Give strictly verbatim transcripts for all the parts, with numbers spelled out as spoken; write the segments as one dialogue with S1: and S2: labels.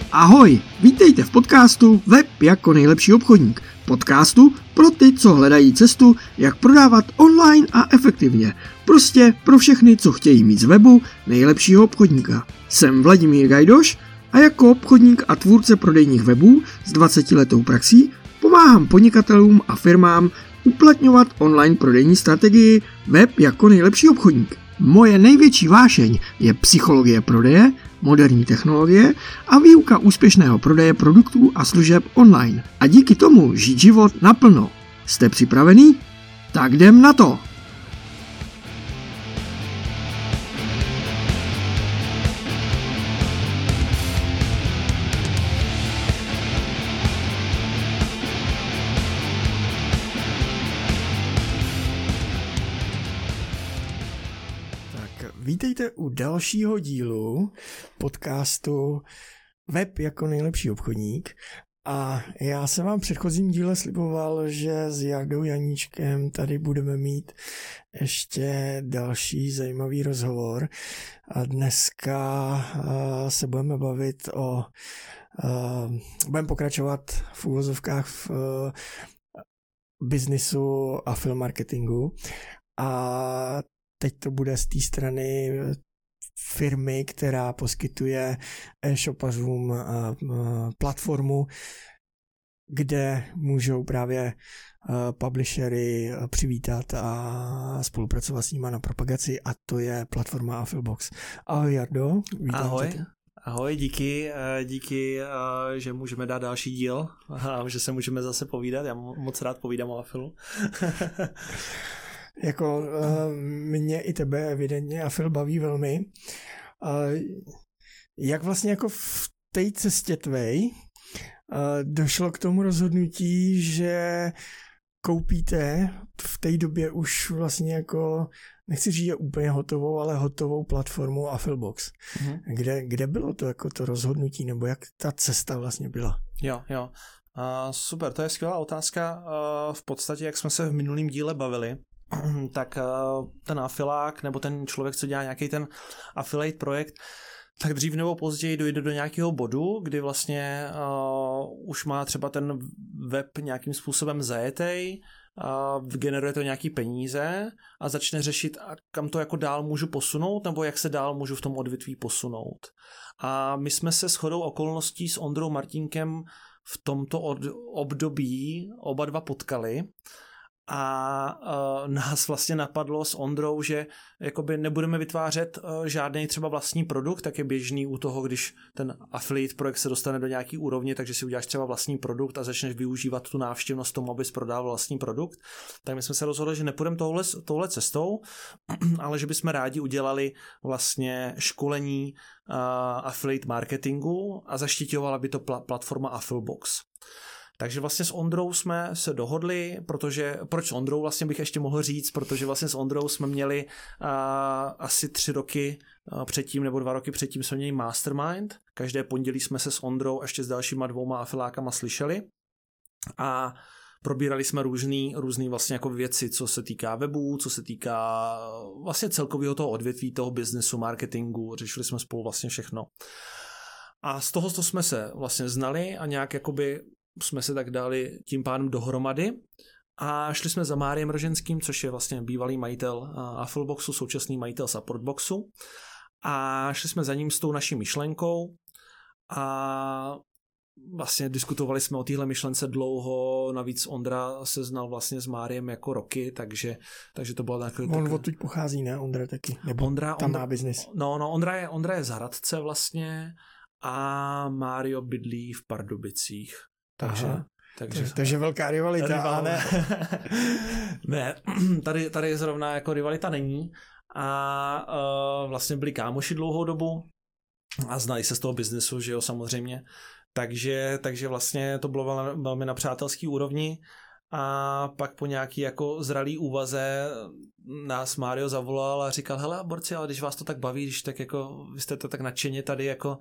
S1: Ahoj, vítejte v podcastu Web jako nejlepší obchodník. Podcastu pro ty, co hledají cestu, jak prodávat online a efektivně. Prostě pro všechny, co chtějí mít z webu nejlepšího obchodníka. Jsem Vladimír Gajdoš a jako obchodník a tvůrce prodejních webů s dvacetiletou praxí pomáhám podnikatelům a firmám uplatňovat online prodejní strategii Web jako nejlepší obchodník. Moje největší vášeň je psychologie prodeje, moderní technologie a výuka úspěšného prodeje produktů a služeb online. A díky tomu žít život naplno. Jste připravený? Tak jdem na to! Vítejte u dalšího dílu podcastu Web jako nejlepší obchodník. A já jsem vám v předchozím díle sliboval, že s Jardou Janíčkem tady budeme mít ještě další zajímavý rozhovor. A dneska uh, se budeme bavit o... Uh, budeme pokračovat v úvozovkách v uh, biznisu a film marketingu. A teď to bude z té strany firmy, která poskytuje e-shopařům platformu, kde můžou právě publishery přivítat a spolupracovat s nima na propagaci, a to je platforma Affilbox. Ahoj Jardo.
S2: Ahoj. Tě. Ahoj, díky, díky, že můžeme dát další díl a že se můžeme zase povídat. Já moc rád povídám o Affilu.
S1: Jako mě i tebe evidentně Affil baví velmi. Jak vlastně jako v té cestě tvej došlo k tomu rozhodnutí, že koupíte v té době už vlastně jako, nechci říct, že úplně hotovou, ale hotovou platformu Affilbox. Mm-hmm. Kde, kde bylo to jako to rozhodnutí, nebo jak ta cesta vlastně byla?
S2: Jo, jo. Uh, super, to je skvělá otázka. Uh, v podstatě, jak jsme se v minulém díle bavili, tak ten afilák nebo ten člověk, co dělá nějaký ten affiliate projekt, tak dřív nebo později dojde do nějakého bodu, kdy vlastně uh, už má třeba ten web nějakým způsobem zajetej, uh, generuje to nějaký peníze a začne řešit, kam to jako dál můžu posunout, nebo jak se dál můžu v tom odvětví posunout. A my jsme se shodou okolností s Ondrou Martínkem v tomto od, období oba dva potkali. A uh, nás vlastně napadlo s Ondrou, že jakoby nebudeme vytvářet uh, žádný třeba vlastní produkt, tak je běžný u toho, když ten affiliate projekt se dostane do nějaký úrovně, takže si uděláš třeba vlastní produkt a začneš využívat tu návštěvnost tomu, abys prodával vlastní produkt. Tak my jsme se rozhodli, že nepůjdeme touhle, touhle cestou, ale že bychom rádi udělali vlastně školení uh, affiliate marketingu a zaštiťovala by to pl- platforma Affilbox. Takže vlastně s Ondrou jsme se dohodli, protože, proč s Ondrou vlastně bych ještě mohl říct, protože vlastně s Ondrou jsme měli uh, asi tři roky uh, předtím, nebo dva roky předtím jsme měli mastermind. Každé pondělí jsme se s Ondrou ještě s dalšíma dvouma afilákama slyšeli a probírali jsme různý, různý vlastně jako věci, co se týká webů, co se týká vlastně celkového toho odvětví, toho biznesu, marketingu, řešili jsme spolu vlastně všechno. A z toho jsme se vlastně znali a nějak jakoby jsme se tak dali tím pádem dohromady a šli jsme za Máriem Roženským, což je vlastně bývalý majitel Affilboxu, současný majitel Supportboxu, a šli jsme za ním s tou naší myšlenkou a vlastně diskutovali jsme o téhle myšlence dlouho, navíc Ondra se znal vlastně s Máriem jako roky, takže, takže to bylo takové...
S1: On tak... odtud pochází, ne? Ondra taky, nebo Ondra, tam Ondra, má biznis.
S2: No, no, Ondra je, Ondra je z Hradce vlastně a Mário bydlí v Pardubicích. Takže,
S1: takže, takže, takže velká rivalita,
S2: rival, ne? Ne, tady, tady zrovna jako rivalita není a uh, vlastně byli kámoši dlouhou dobu a znali se z toho biznesu, že jo, samozřejmě. Takže, takže vlastně to bylo velmi, velmi na přátelský úrovni a pak po nějaký jako zralý úvaze nás Mário zavolal a říkal, hele borci, ale když vás to tak baví, když tak jako vy jste to tak nadšeně tady jako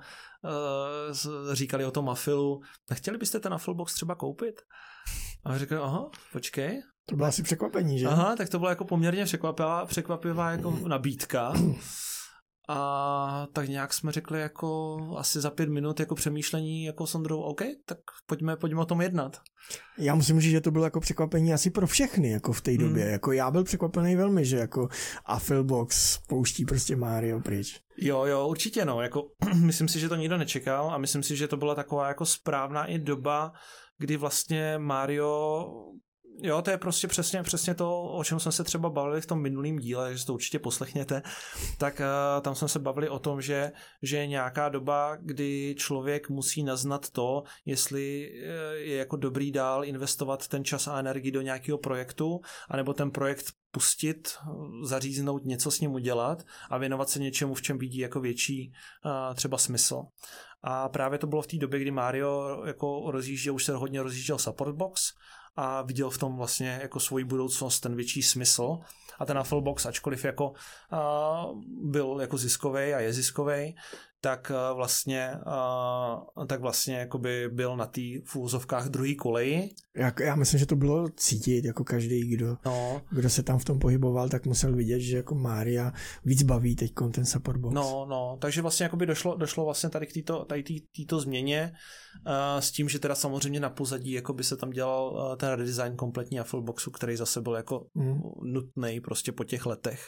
S2: uh, říkali o tom Affilu, tak chtěli byste ten Affilbox třeba koupit? A říkal, aha, počkej.
S1: To bylo asi překvapení, že?
S2: Aha, tak to byla jako poměrně překvapivá, překvapivá jako nabídka. A tak nějak jsme řekli jako asi za pět minut jako přemýšlení jako s Ondrou, OK, tak pojďme, pojďme o tom jednat.
S3: Já musím říct, že to bylo jako překvapení asi pro všechny jako v té hmm. době. Jako já byl překvapený velmi, že jako Affilbox pouští prostě Mario pryč.
S2: Jo, jo, určitě no, jako myslím si, že to nikdo nečekal a myslím si, že to byla taková jako správná i doba, kdy vlastně Mario, jo, to je prostě přesně, přesně to, o čem jsme se třeba bavili v tom minulém díle, že si to určitě poslechněte, tak uh, tam jsme se bavili o tom, že, že je nějaká doba, kdy člověk musí naznat to, jestli je jako dobrý dál investovat ten čas a energii do nějakého projektu, anebo ten projekt pustit, zaříznout, něco s ním udělat a věnovat se něčemu, v čem vidí jako větší uh, třeba smysl. A právě to bylo v té době, kdy Mario jako rozjížděl, už se hodně rozjížděl support box a viděl v tom vlastně jako svoji budoucnost, ten větší smysl. A ten Affilbox, ačkoliv jako uh, byl jako ziskovej a je ziskovej, tak uh, vlastně uh, tak vlastně jakoby byl na té v úvozovkách druhý koleji.
S3: Já, já myslím, že to bylo cítit, jako každý, kdo, no. kdo se tam v tom pohyboval, tak musel vidět, že jako Mária víc baví teď ten support box.
S2: No, no, takže vlastně jakoby došlo, došlo vlastně tady k této tady tý, týto změně uh, s tím, že teda samozřejmě na pozadí jakoby se tam dělal uh, ten redesign kompletní Affilboxu, který zase byl jako mm. nutný prostě po těch letech.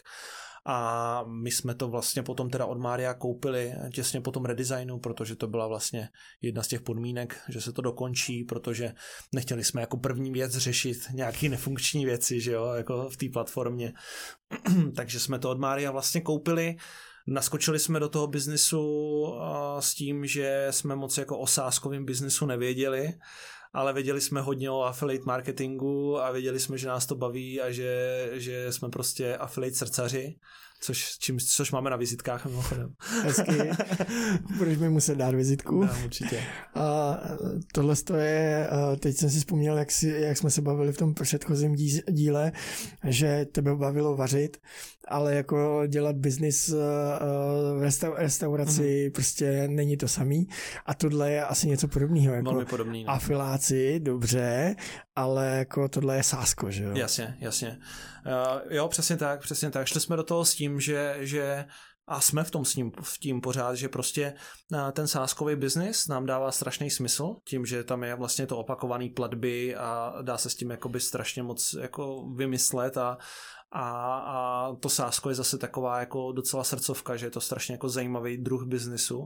S2: A my jsme to vlastně potom teda od Mária koupili těsně po tom redesignu, protože to byla vlastně jedna z těch podmínek, že se to dokončí, protože nechtěli jsme jako první věc řešit nějaký nefunkční věci, že jo, jako v té platformě. Takže jsme to od Mária vlastně koupili. Naskočili jsme do toho biznisu s tím, že jsme moc jako o sázkovém biznisu nevěděli, ale věděli jsme hodně o affiliate marketingu a věděli jsme, že nás to baví a že, že jsme prostě affiliate srdcaři, což, čím, což máme na vizitkách mimochodem.
S3: Hezky. Budeš mi muset dát vizitku.
S2: No, určitě.
S3: A tohle je, teď jsem si vzpomněl, jak, si, jak jsme se bavili v tom předchozím díle, že tebe bavilo vařit, ale jako dělat biznis v restauraci mm-hmm. prostě není to samý. A tohle je asi něco podobného. Jako
S2: velmi podobný. No.
S3: Afiláci, dobře, ale jako tohle je sásko, že jo?
S2: Jasně, jasně. Uh, jo, přesně tak, přesně tak. Šli jsme do toho s tím, že, že a jsme v tom s ním v tím pořád, že prostě ten sázkový biznis nám dává strašný smysl, tím, že tam je vlastně to opakované platby a dá se s tím jakoby strašně moc jako vymyslet a A, a to sázko je zase taková jako docela srdcovka, že je to strašně jako zajímavý druh biznisu.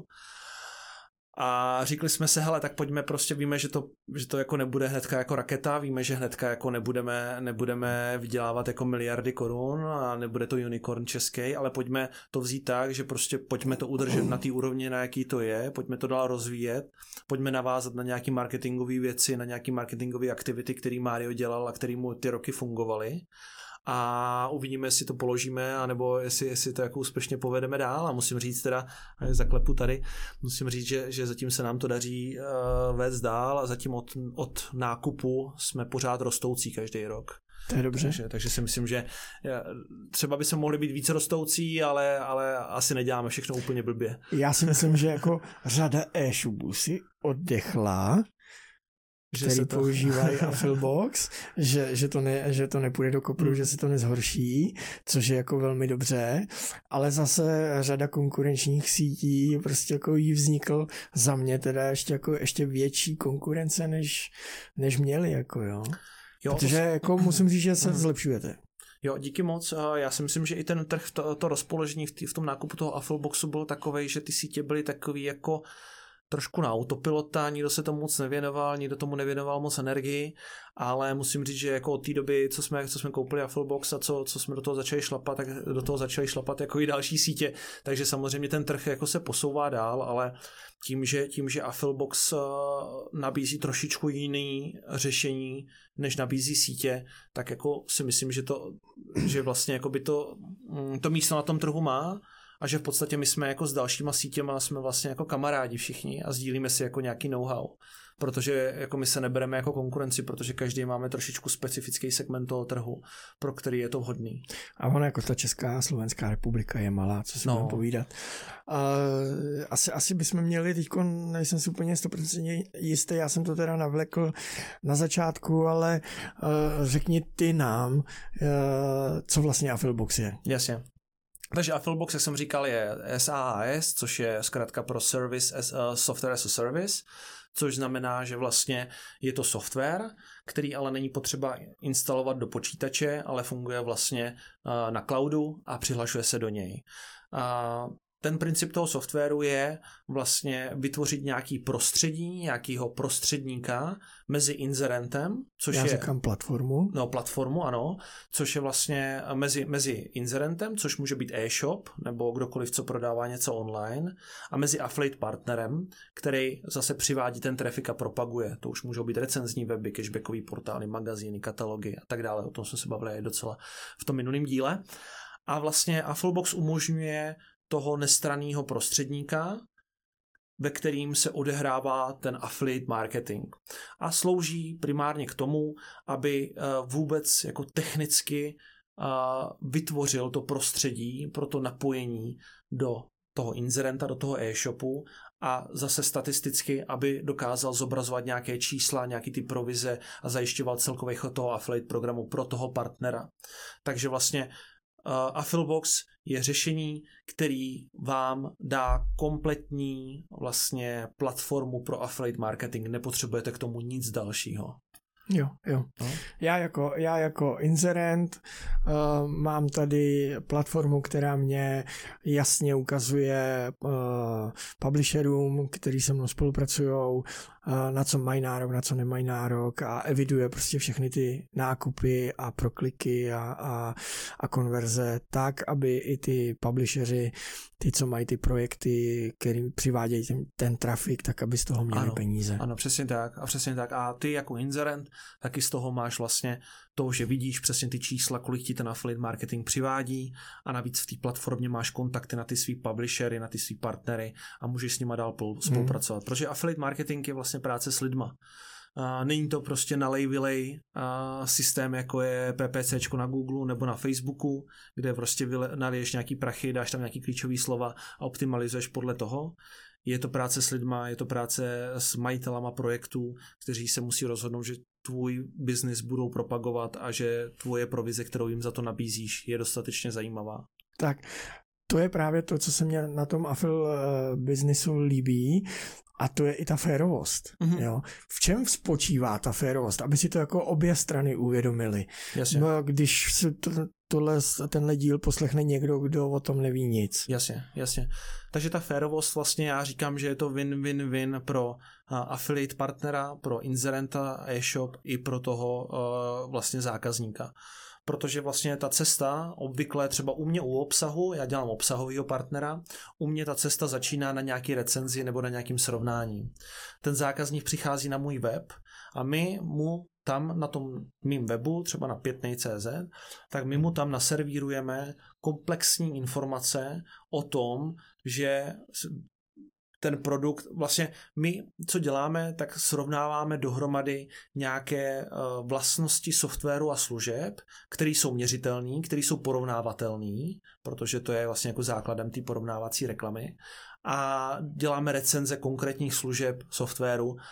S2: A říkali jsme se, hele, tak pojďme prostě, víme, že to, že to jako nebude hnedka jako raketa, víme, že hnedka jako nebudeme, nebudeme vydělávat jako miliardy korun a nebude to unicorn český, ale pojďme to vzít tak, že prostě pojďme to udržet na té úrovni, na jaký to je, pojďme to dál rozvíjet, pojďme navázat na nějaký marketingové věci, na nějaký marketingové aktivity, který Mario dělal a který mu ty roky fungovaly. A uvidíme, jestli to položíme, anebo jestli, jestli to jako úspěšně povedeme dál. A musím říct teda, zaklepu tady, musím říct, že, že zatím se nám to daří uh, vést dál a zatím od, od nákupu jsme pořád rostoucí každý rok.
S3: To je dobře.
S2: Takže, takže si myslím, že třeba by se mohli být více rostoucí, ale, ale asi neděláme všechno úplně blbě.
S3: Já si myslím, že jako řada e-shopů si oddechla, že který to... používají Affilbox, že, že, to ne, že to nepůjde do kopru, mm. že se to nezhorší, což je jako velmi dobře, ale zase řada konkurenčních sítí prostě jako jí vznikl za mě teda ještě jako ještě větší konkurence, než, než měli, jako jo. jo Protože to... jako musím říct, že se mm. zlepšujete.
S2: Jo, díky moc. Já si myslím, že i ten trh, to, to rozpoložení v, tý, v tom nákupu toho Affilboxu byl takovej, že ty sítě byly takový jako trošku na autopilota, nikdo se tomu moc nevěnoval, nikdo tomu nevěnoval moc energii, ale musím říct, že jako od té doby, co jsme, co jsme koupili Affilbox a co, co jsme do toho začali šlapat, tak do toho začali šlapat jako i další sítě, takže samozřejmě ten trh jako se posouvá dál, ale tím, že, tím, že Affilbox nabízí trošičku jiný řešení, než nabízí sítě, tak jako si myslím, že to, že vlastně jako by to, to místo na tom trhu má, a že v podstatě my jsme jako s dalšíma sítěma jsme vlastně jako kamarádi všichni a sdílíme si jako nějaký know-how, protože jako my se nebereme jako konkurenci, protože každý máme trošičku specifický segment toho trhu, pro který je to vhodný.
S3: A ono jako ta Česká a Slovenská republika je malá, co si no. budeme povídat. Uh, asi, asi bychom měli, teďko nejsem si úplně sto procent jistý, já jsem to teda navlekl na začátku, ale uh, řekni ty nám, uh, co vlastně Affilbox je.
S2: Jasně. Takže Affilibox, jak jsem říkal, je S A A S, což je zkrátka pro Service as, uh, Software as a Service, což znamená, že vlastně je to software, který ale není potřeba instalovat do počítače, ale funguje vlastně uh, na cloudu a přihlašuje se do něj. Uh, Ten princip toho softwaru je vlastně vytvořit nějaký prostředí, nějakýho prostředníka mezi inzerentem, což
S3: Já
S2: je...
S3: říkám platformu.
S2: No, platformu, ano, což je vlastně mezi, mezi inzerentem, což může být e-shop, nebo kdokoliv, co prodává něco online, a mezi affiliate partnerem, který zase přivádí ten trafik a propaguje. To už můžou být recenzní weby, cashbackový portály, magazíny, katalogy a tak dále. O tom jsme se bavili docela v tom minulém díle. A vlastně Affilibox umožňuje toho nestranného prostředníka, ve kterým se odehrává ten affiliate marketing. A slouží primárně k tomu, aby vůbec jako technicky vytvořil to prostředí pro to napojení do toho inzerenta, do toho e-shopu a zase statisticky, aby dokázal zobrazovat nějaké čísla, nějaký ty provize a zajišťoval celkový chod toho affiliate programu pro toho partnera. Takže vlastně Uh, Affilibox je řešení, který vám dá kompletní vlastně platformu pro affiliate marketing. Nepotřebujete k tomu nic dalšího.
S3: Jo, jo. No. Já jako, já jako inzerent uh, mám tady platformu, která mě jasně ukazuje uh, publisherům, kteří se mnou spolupracují, uh, na co mají nárok, na co nemají nárok a eviduje prostě všechny ty nákupy a prokliky a, a, a konverze tak, aby i ty publisheri, ty, co mají ty projekty, který přivádějí ten, ten trafik, tak aby z toho měli
S2: ano,
S3: peníze.
S2: Ano, přesně tak. A přesně tak. A ty jako inzerent taky z toho máš vlastně to, že vidíš přesně ty čísla, kolik ti ten affiliate marketing přivádí a navíc v té platformě máš kontakty na ty svý publishery, na ty svý partnery a můžeš s nima dál spolupracovat. Hmm. Protože affiliate marketing je vlastně práce s lidma. Uh, není to prostě nalej-vylej uh, systém, jako je PPCčko na Google nebo na Facebooku, kde prostě naliješ nějaký prachy, dáš tam nějaký klíčový slova a optimalizuješ podle toho. Je to práce s lidma, je to práce s majitelama projektů, kteří se musí rozhodnout, že tvůj biznis budou propagovat a že tvoje provize, kterou jim za to nabízíš, je dostatečně zajímavá.
S3: Tak, to je právě to, co se mě na tom affil biznisu líbí, a to je i ta férovost. Mm-hmm. Jo. V čem spočívá ta férovost? Aby si to jako obě strany uvědomili.
S2: Jasně.
S3: No, když se to, tohle, tenhle díl poslechne někdo, kdo o tom neví nic.
S2: Jasně, jasně. Takže ta férovost vlastně já říkám, že je to win-win-win pro uh, affiliate partnera, pro inzerenta, e-shop i pro toho uh, vlastně zákazníka. Protože vlastně ta cesta, obvykle třeba u mě u obsahu, já dělám obsahového partnera, u mě ta cesta začíná na nějaký recenzi nebo na nějakým srovnání. Ten zákazník přichází na můj web a my mu tam na tom mým webu, třeba na pětnej tečka cé zet, tak my mu tam naservírujeme komplexní informace o tom, že ten produkt, vlastně my, co děláme, tak srovnáváme dohromady nějaké uh, vlastnosti softwaru a služeb, které jsou měřitelné, které jsou porovnávatelné, protože to je vlastně jako základem té porovnávací reklamy. A děláme recenze konkrétních služeb softwaru, uh,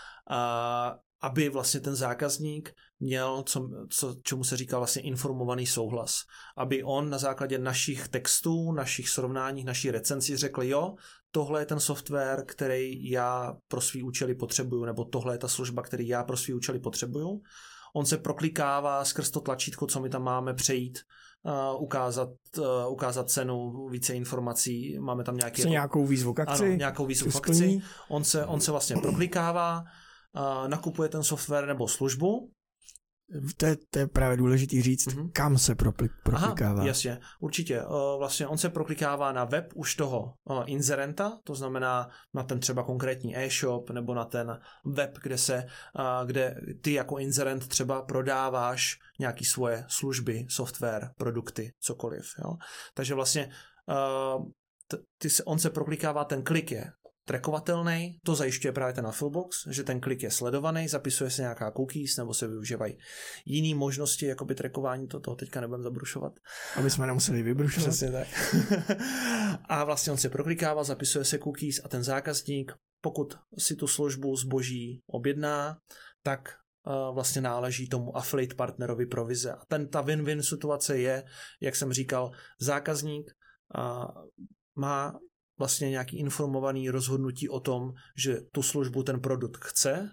S2: aby vlastně ten zákazník měl, co, co, čemu se říká vlastně informovaný souhlas. Aby on na základě našich textů, našich srovnání, naší recenzi řekl, jo, tohle je ten software, který já pro svý účely potřebuju, nebo tohle je ta služba, který já pro svý účely potřebuju. On se proklikává skrz to tlačítko, co my tam máme, přejít, uh, ukázat, uh, ukázat cenu, více informací, máme tam nějaký...
S3: nějakou výzvu k akci.
S2: Ano, nějakou výzvu k akci. On se, on se vlastně proklikává, Uh, nakupuje ten software nebo službu.
S3: To je, to je právě důležitý říct, mm-hmm. kam se propli, proklikává.
S2: Aha, jasně, určitě. Uh, vlastně on se proklikává na web už toho uh, inzerenta, to znamená na ten třeba konkrétní e-shop nebo na ten web, kde se, uh, kde ty jako inzerent třeba prodáváš nějaký svoje služby, software, produkty, cokoliv. Jo? Takže vlastně uh, t- ty se, on se proklikává, ten klik je trackovatelný, to zajišťuje právě ten Affilibox, že ten klik je sledovaný, zapisuje se nějaká cookies, nebo se využívají jiné možnosti jakoby trackování, to toho teďka nebudem zabrušovat.
S3: Aby jsme nemuseli vybrušovat.
S2: Přesně tak. A vlastně on se proklikává, zapisuje se cookies a ten zákazník, pokud si tu službu zboží objedná, tak uh, vlastně náleží tomu affiliate partnerovi provize. A ten, ta win-win situace je, jak jsem říkal, zákazník a má vlastně nějaký informovaný rozhodnutí o tom, že tu službu, ten produkt chce.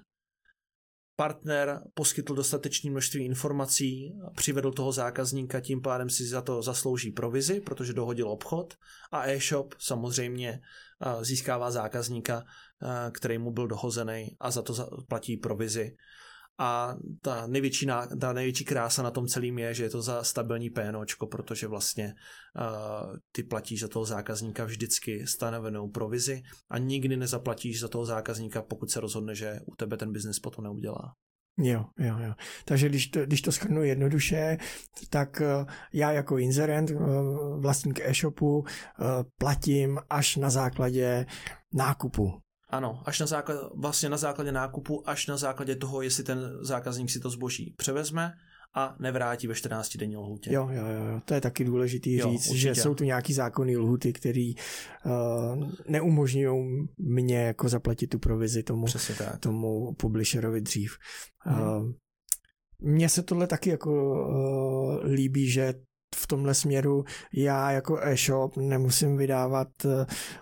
S2: Partner poskytl dostatečné množství informací, přivedl toho zákazníka, tím pádem si za to zaslouží provizi, protože dohodil obchod, a e-shop samozřejmě získává zákazníka, který mu byl dohozený, a za to platí provizi. A ta největší, ta největší krása na tom celým je, že je to za stabilní PNOčko, protože vlastně uh, ty platíš za toho zákazníka vždycky stanovenou provizi a nikdy nezaplatíš za toho zákazníka, pokud se rozhodne, že u tebe ten biznes potom neudělá.
S3: Jo, jo, jo. Takže když to, když to shrnu jednoduše, tak uh, já jako inzerent, uh, vlastník e-shopu, uh, platím až na základě nákupu.
S2: Ano, až na základě, vlastně na základě nákupu, až na základě toho, jestli ten zákazník si to zboží převezme a nevrátí ve čtrnáctidenní lhůtě.
S3: Jo, jo, jo, to je taky důležitý jo, říct, určitě. Že jsou tu nějaký zákonné lhůty, které uh, neumožňují mě jako zaplatit tu provizi tomu, tomu publisherovi dřív. Mhm. Uh, mně se tohle taky jako uh, líbí, že v tomhle směru já jako e-shop nemusím vydávat uh,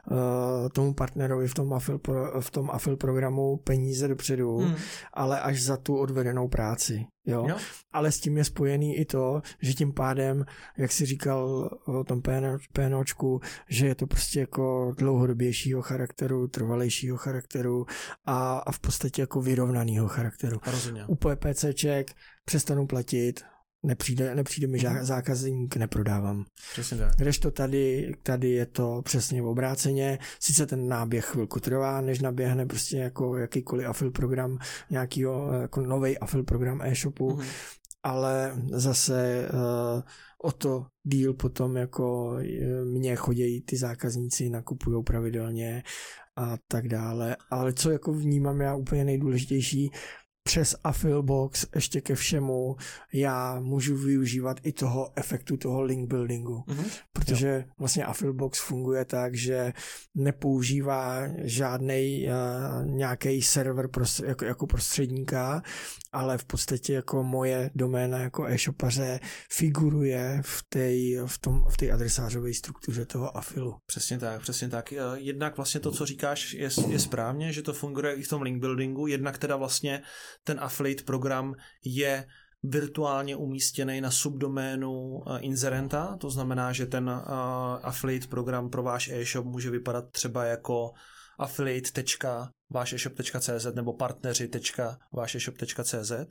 S3: tomu partnerovi v tom affil, pro, v tom affil programu peníze dopředu, hmm. ale až za tu odvedenou práci. Jo? Jo. Ale s tím je spojený i to, že tím pádem, jak jsi říkal o tom PNOčku, že je to prostě jako dlouhodobějšího charakteru, trvalejšího charakteru a, a v podstatě jako vyrovnanýho charakteru.
S2: Rozumě.
S3: U PPCček přestanu platit, Nepřijde, nepřijde mi žá, zákazník, neprodávám.
S2: Přesně tak.
S3: Kdežto tady, tady je to přesně obráceně. Sice ten náběh chvilku trvá, než naběhne prostě jako jakýkoliv affil program, nějakýho jako novej affil program e-shopu, mm-hmm. ale zase uh, o to díl potom jako mně chodějí ty zákazníci, nakupujou pravidelně a tak dále. Ale co jako vnímám já úplně nejdůležitější, přes Affilbox ještě ke všemu já můžu využívat i toho efektu toho link buildingu, mm-hmm. protože jo. vlastně Affilbox funguje tak, že nepoužívá žádnej uh, nějaký server prostřed, jako, jako prostředníka, ale v podstatě jako moje doména jako e-shopaře figuruje v té v tom, v té adresářové struktuře toho Affilu.
S2: Přesně tak, přesně tak. Jednak vlastně to, co říkáš, je, je správně, že to funguje i v tom link buildingu, jednak teda vlastně ten affiliate program je virtuálně umístěný na subdoménu inzerenta, to znamená, že ten uh, affiliate program pro váš e-shop může vypadat třeba jako affiliate tečka váš eshop tečka cé zet nebo partneři tečka váš eshop tečka cé zet.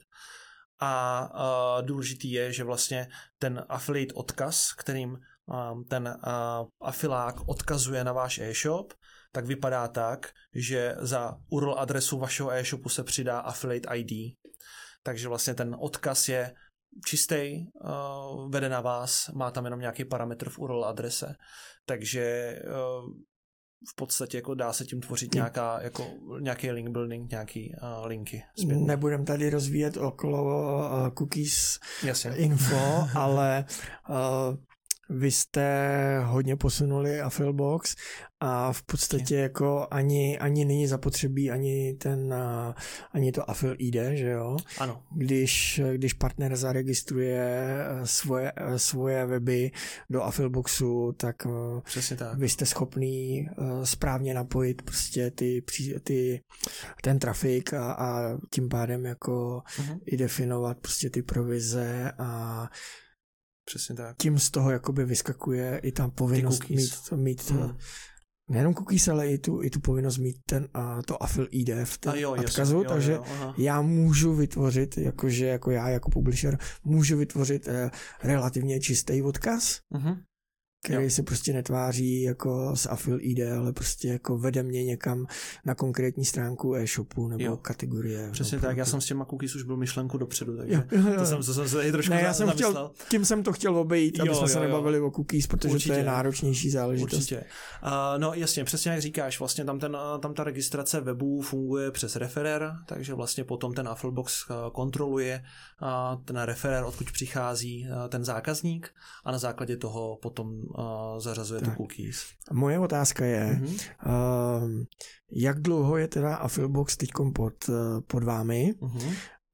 S2: A uh, důležitý je, že vlastně ten affiliate odkaz, kterým um, ten uh, afilák odkazuje na váš e-shop, tak vypadá tak, že za U R L adresu vašeho e-shopu se přidá affiliate í dé. Takže vlastně ten odkaz je čistý, uh, vede na vás, má tam jenom nějaký parametr v U R L adrese. Takže uh, v podstatě jako dá se tím tvořit nějaká, jako, nějaký link building, nějaký uh, linky.
S3: Nebudem tady rozvíjet okolo uh, cookies
S2: Jasně.
S3: info, ale uh, vy jste hodně posunuli Affilbox a v podstatě jako ani, ani není zapotřebí ani ten ani to Affil í dé, že jo?
S2: Ano.
S3: Když, když partner zaregistruje svoje, svoje weby do Affilboxu, tak,
S2: přesně tak
S3: vy jste schopný správně napojit prostě ty, ty, ten trafik a, a tím pádem jako uh-huh. i definovat prostě ty provize a
S2: přesně tak.
S3: Tím z toho jakoby vyskakuje i ta povinnost mít, mít hmm. nejenom cookies, ale i tu, i tu povinnost mít ten, a to Affil í dé v tom odkazu, takže jo, jo, já můžu vytvořit, jakože jako já jako publisher, můžu vytvořit eh, relativně čistý odkaz, uh-huh. který jo. se prostě netváří jako s Affil í dé, ale prostě jako vede mě někam na konkrétní stránku e-shopu nebo jo. kategorie.
S2: Přesně tak, já jsem s těma cookies už byl myšlenku dopředu, takže
S3: jo, jo, jo.
S2: to jsem, to jsem se i trošku
S3: ne, já jsem chtěl, tím jsem to chtěl obejít, aby jo, jsme jo, se nebavili jo. o cookies, protože určitě. To je náročnější záležitost.
S2: Určitě. Uh, no jasně, přesně jak říkáš, vlastně tam, ten, tam ta registrace webů funguje přes referer, takže vlastně potom ten Affilbox kontroluje uh, ten referer, odkud přichází uh, ten zákazník a na základě toho potom uh, zařazuje tu cookies.
S3: Moje otázka je, mm-hmm. uh, jak dlouho je teda Affilbox teďkom pod, pod vámi mm-hmm.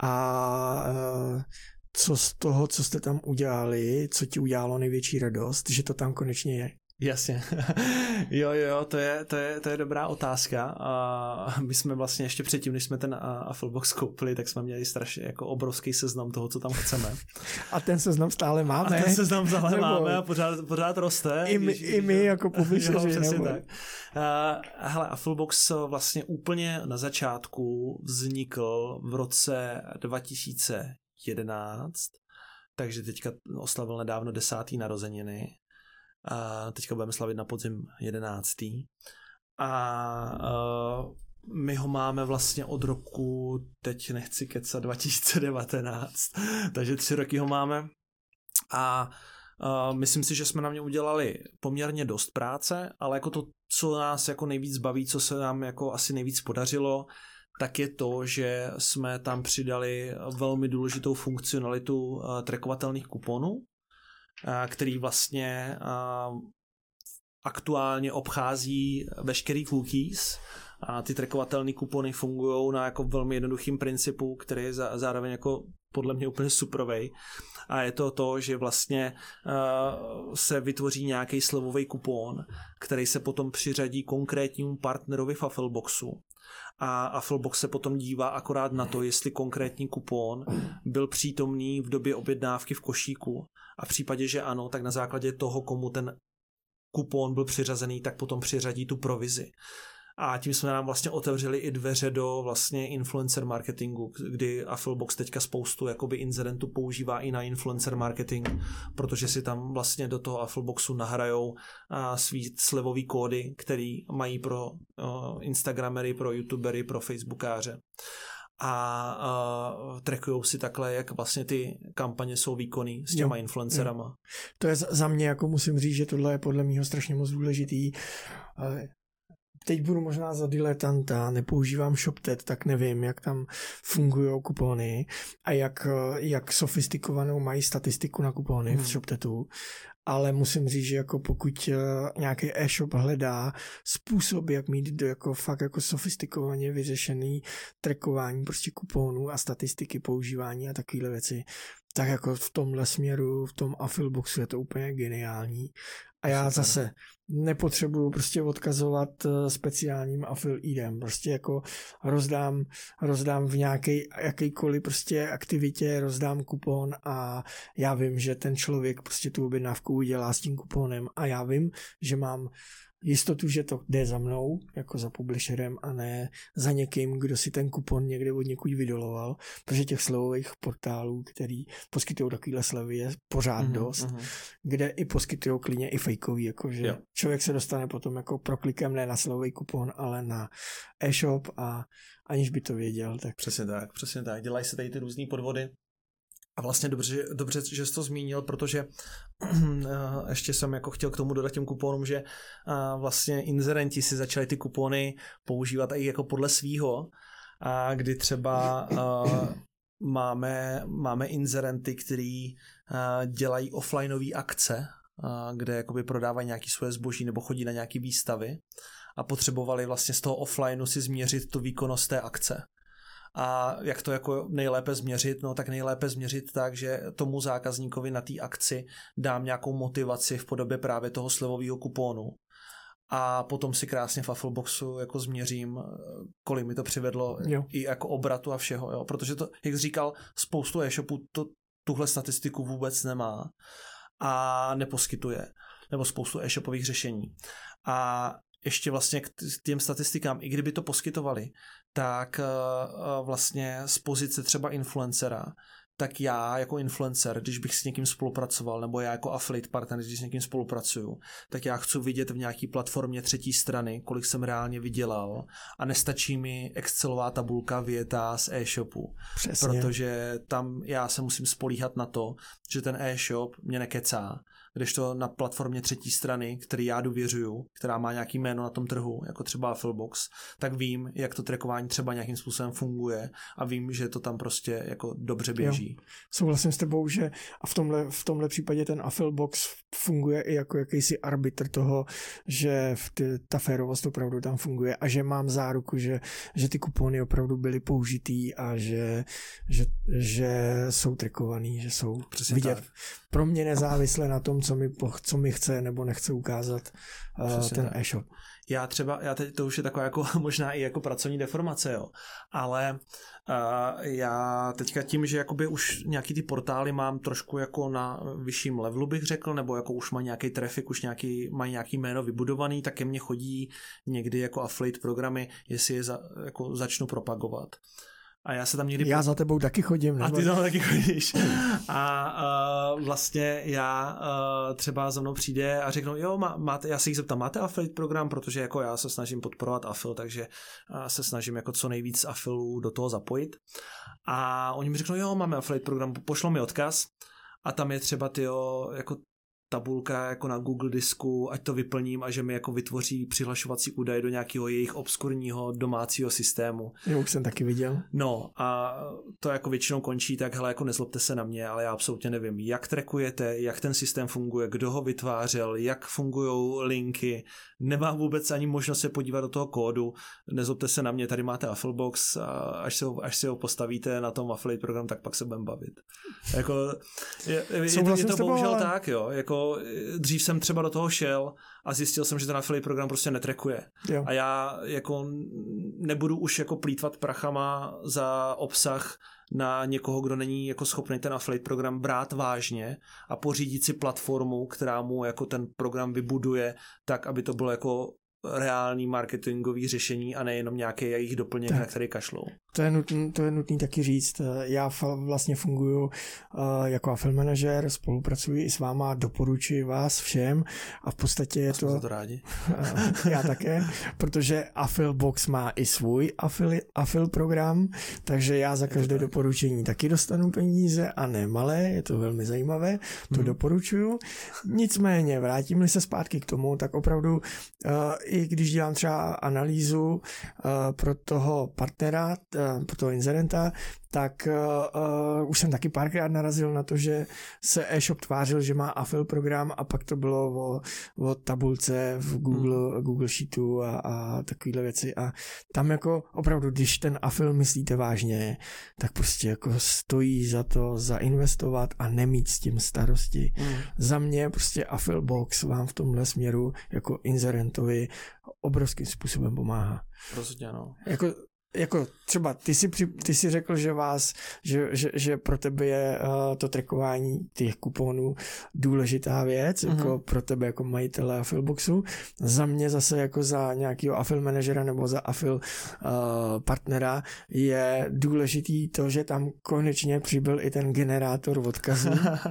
S3: a uh, co z toho, co jste tam udělali, co ti udělalo největší radost, že to tam konečně je?
S2: Jasně. jo, jo, jo, to je, to je, to je dobrá otázka. A my jsme vlastně ještě předtím, než jsme ten Affilbox koupili, tak jsme měli strašně jako obrovský seznam toho, co tam chceme.
S3: A ten seznam stále máme.
S2: A ten seznam stále nebo... máme a pořád, pořád roste.
S3: I my, i my jako publisheři.
S2: Přesně tak. Uh, hele, Affilbox vlastně úplně na začátku vznikl v roce dva tisíce jedenáct, takže teďka oslavil nedávno desátý narozeniny. A teďka budeme slavit na podzim jedenáctý. A uh, my ho máme vlastně od roku, teď nechci kecat, dva tisíce devatenáct, takže tři roky ho máme. A uh, myslím si, že jsme na mě udělali poměrně dost práce, ale jako to, co nás jako nejvíc baví, co se nám jako asi nejvíc podařilo, tak je to, že jsme tam přidali velmi důležitou funkcionalitu uh, trackovatelných kuponů, který vlastně aktuálně obchází veškerý cookies a ty trackovatelné kupony fungují na jako velmi jednoduchým principu, který je zároveň jako podle mě úplně superovej. A je to to, že vlastně uh, se vytvoří nějaký slevový kupon, který se potom přiřadí konkrétnímu partnerovi v Affilboxu. A Affilbox se potom dívá akorát na to, jestli konkrétní kupon byl přítomný v době objednávky v košíku. A v případě, že ano, tak na základě toho, komu ten kupon byl přiřazený, tak potom přiřadí tu provizi. A tím jsme nám vlastně otevřeli i dveře do vlastně influencer marketingu, kdy Affilbox teďka spoustu jakoby inzerentů používá i na influencer marketing, protože si tam vlastně do toho Affilboxu nahrajou svý slevový kódy, který mají pro Instagramery, pro YouTubery, pro Facebookáře. A uh, trackujou si takhle, jak vlastně ty kampaně jsou výkonný s těma jo, influencerama. Jo.
S3: To je za mě, jako musím říct, že tohle je podle mýho strašně moc důležitý. Teď budu možná za diletanta, nepoužívám ShopTet, tak nevím, jak tam fungují kupony a jak, jak sofistikovanou mají statistiku na kupony hmm. v ShopTetu. Ale musím říct, že jako pokud nějaký e-shop hledá způsob, jak mít do jako fakt jako sofistikovaně vyřešený trackování prostě kuponů a statistiky používání a takovéhle věci, tak jako v tomhle směru, v tom Affilboxu je to úplně geniální. A já zase nepotřebuju prostě odkazovat speciálním affiliatem. Prostě jako rozdám, rozdám v nějaké jakýkoliv prostě aktivitě, rozdám kupon a já vím, že ten člověk prostě tu objednávku udělá s tím kuponem a já vím, že mám jistotu, že to jde za mnou, jako za publisherem a ne za někým, kdo si ten kupon někde od někud vydoloval, protože těch slevových portálů, který poskytují takovýhle slevy, je pořád mm-hmm, dost, mm-hmm. kde i poskytují klidně i fejkový, jakože jo. Člověk se dostane potom jako proklikem ne na slevový kupon, ale na e-shop a aniž by to věděl. Tak...
S2: Přesně tak, přesně tak. Dělají se tady ty různý podvody. A vlastně dobře, dobře, že jsi to zmínil, protože ještě jsem jako chtěl k tomu dodat těm kuponům, že vlastně inzerenti si začali ty kupony používat i jako podle svýho, a kdy třeba máme, máme inzerenty, který dělají offlineové akce, kde jakoby prodávají nějaké svoje zboží nebo chodí na nějaké výstavy a potřebovali vlastně z toho offlineu si změřit tu výkonnost té akce. A jak to jako nejlépe změřit? No tak nejlépe změřit tak, že tomu zákazníkovi na té akci dám nějakou motivaci v podobě právě toho slevového kupónu. A potom si krásně v Affilboxu jako změřím, kolik mi to přivedlo jo. i jako obratu a všeho. Jo? Protože to, jak jsi říkal, spoustu e-shopů to, tuhle statistiku vůbec nemá a neposkytuje. Nebo spoustu e-shopových řešení. A ještě vlastně k těm statistikám, i kdyby to poskytovali, tak vlastně z pozice třeba influencera, tak já jako influencer, když bych s někým spolupracoval, nebo já jako affiliate partner, když s někým spolupracuju, tak já chci vidět v nějaký platformě třetí strany, kolik jsem reálně vydělal a nestačí mi excelová tabulka věta z e-shopu. Přesně. Protože tam já se musím spolíhat na to, že ten e-shop mě nekecá, kdežto na platformě třetí strany, který já důvěřuju, která má nějaký jméno na tom trhu, jako třeba Affilbox, tak vím, jak to trackování třeba nějakým způsobem funguje a vím, že to tam prostě jako dobře běží. Jo.
S3: Souhlasím s tebou, že a v tomhle, v tomhle případě ten Affilbox funguje i jako jakýsi arbitr toho, že ty, ta férovost opravdu tam funguje a že mám záruku, že, že ty kupony opravdu byly použitý a že, že, že jsou trackovaný, že jsou
S2: přesně
S3: vidět.
S2: Tak.
S3: pro mě nezávisle na tom, co mi, co mi chce nebo nechce ukázat uh, ten tak. e-shop.
S2: Já třeba, já teď to už je taková jako možná i jako pracovní deformace, jo, ale uh, já teďka tím, že jakoby už nějaký ty portály mám trošku jako na vyšším levelu, bych řekl, nebo jako už mají nějaký traffic, už nějaký, mají nějaký jméno vybudovaný, tak ke mně chodí někdy jako affiliate programy, jestli je za, jako začnu propagovat. A já se tam někdy...
S3: Já za tebou taky chodím. Nebo...
S2: A ty tam taky chodíš. A uh, vlastně já uh, třeba za mnou přijde a řeknou, jo, má, máte, já se jich zeptám, máte affiliate program, protože jako já se snažím podporovat affil, takže uh, se snažím jako co nejvíc affilů do toho zapojit. A oni mi řeknou, jo, máme affiliate program, pošlou mi odkaz a tam je třeba tyjo, jako tabulka jako na Google disku, ať to vyplním a že mi jako vytvoří přihlašovací údaje do nějakého jejich obskurního domácího systému.
S3: Jo, už jsem taky viděl.
S2: No a to jako většinou končí tak, hele, jako nezlobte se na mě, ale já absolutně nevím, jak trackujete, jak ten systém funguje, kdo ho vytvářel, jak fungují linky, nemám vůbec ani možnost se podívat do toho kódu, nezlobte se na mě, tady máte Affilbox a až si ho, až si ho postavíte na tom affiliate program, tak pak se budeme bavit. Jako, je, je, je, to, je to bohužel ale... tak, jo, jako dřív jsem třeba do toho šel a zjistil jsem, že ten affiliate program prostě netrackuje. Jo. A já jako nebudu už jako plýtvat prachama za obsah na někoho, kdo není jako schopný ten affiliate program brát vážně a pořídit si platformu, která mu jako ten program vybuduje tak, aby to bylo jako reální marketingový řešení a nejenom nějaký jejich doplněk, tak. Na který kašlou.
S3: To je nutný, to je nutný taky říct. Já vlastně funguji uh, jako affiliate manažer, spolupracuji i s váma, doporučuji vás všem a v podstatě je to...
S2: to rádi.
S3: Já také, protože Affilbox má i svůj affili, affil program, takže já za každé doporučení taky dostanu peníze a ne malé, je to velmi zajímavé, to hmm. doporučuju. Nicméně, vrátím-li se zpátky k tomu, tak opravdu uh, i když dělám třeba analýzu uh, pro toho partnera, uh, pro toho inzerenta, tak uh, uh, už jsem taky párkrát narazil na to, že se e-shop tvářil, že má affil program a pak to bylo o, o tabulce v Google, hmm. Google Sheetu a, a takovéhle věci a tam jako opravdu, když ten affil myslíte vážně, tak prostě jako stojí za to zainvestovat a nemít s tím starosti. Hmm. Za mě prostě Affilbox vám v tomhle směru jako inzerentovi obrovským způsobem pomáhá.
S2: Rozhodně, no.
S3: Jako Jako třeba ty si, při, ty si řekl, že vás, že, že, že pro tebe je uh, to trackování těch kuponů důležitá věc, mm-hmm. jako pro tebe jako majitele Affilboxu. Za mě zase jako za nějakého affil manažera nebo za affil uh, partnera je důležitý to, že tam konečně přibyl i ten generátor odkazů.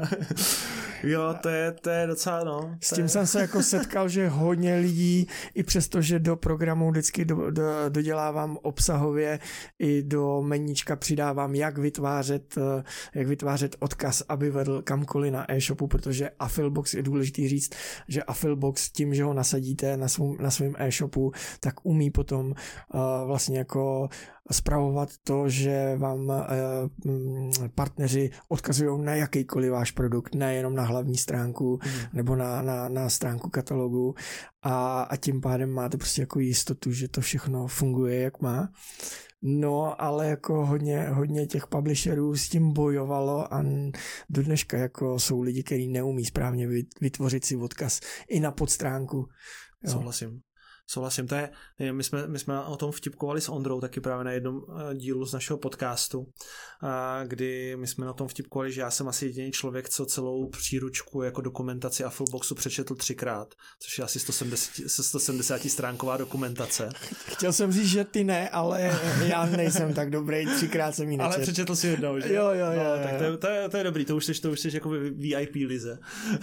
S2: Jo, to je, to je docela, no.
S3: S tím je... jsem se jako setkal, že hodně lidí, i přesto, že do programu vždycky do, do, dodělávám obsahově, i do meníčka přidávám, jak vytvářet, jak vytvářet odkaz, aby vedl kamkoliv na e-shopu, protože Affilbox je důležitý říct, že Affilbox tím, že ho nasadíte na, svům, na svém e-shopu, tak umí potom uh, vlastně jako spravovat to, že vám uh, partneři odkazují na jakýkoliv váš produkt, nejenom na hlavní stránku mm. nebo na, na, na stránku katalogu a, a tím pádem máte prostě jako jistotu, že to všechno funguje, jak má. No, ale jako hodně, hodně těch publisherů s tím bojovalo a do dneška jako jsou lidi, kteří neumí správně vytvořit si odkaz i na podstránku. Jo.
S2: Souhlasím. Souhlasím, to je, my jsme, my jsme o tom vtipkovali s Ondrou taky právě na jednom dílu z našeho podcastu, kdy my jsme na tom vtipkovali, že já jsem asi jediný člověk, co celou příručku jako dokumentaci Affilboxu přečetl třikrát, což je asi sto sedmdesát stránková dokumentace.
S3: Chtěl jsem říct, že ty ne, ale já nejsem tak dobrý, třikrát jsem ji nečet.
S2: Ale přečetl si jednou, že?
S3: Jo, jo, jo.
S2: No,
S3: jo.
S2: Tak to je, to, je, to je dobrý, to už jsi, to už jsi jako V I P lize.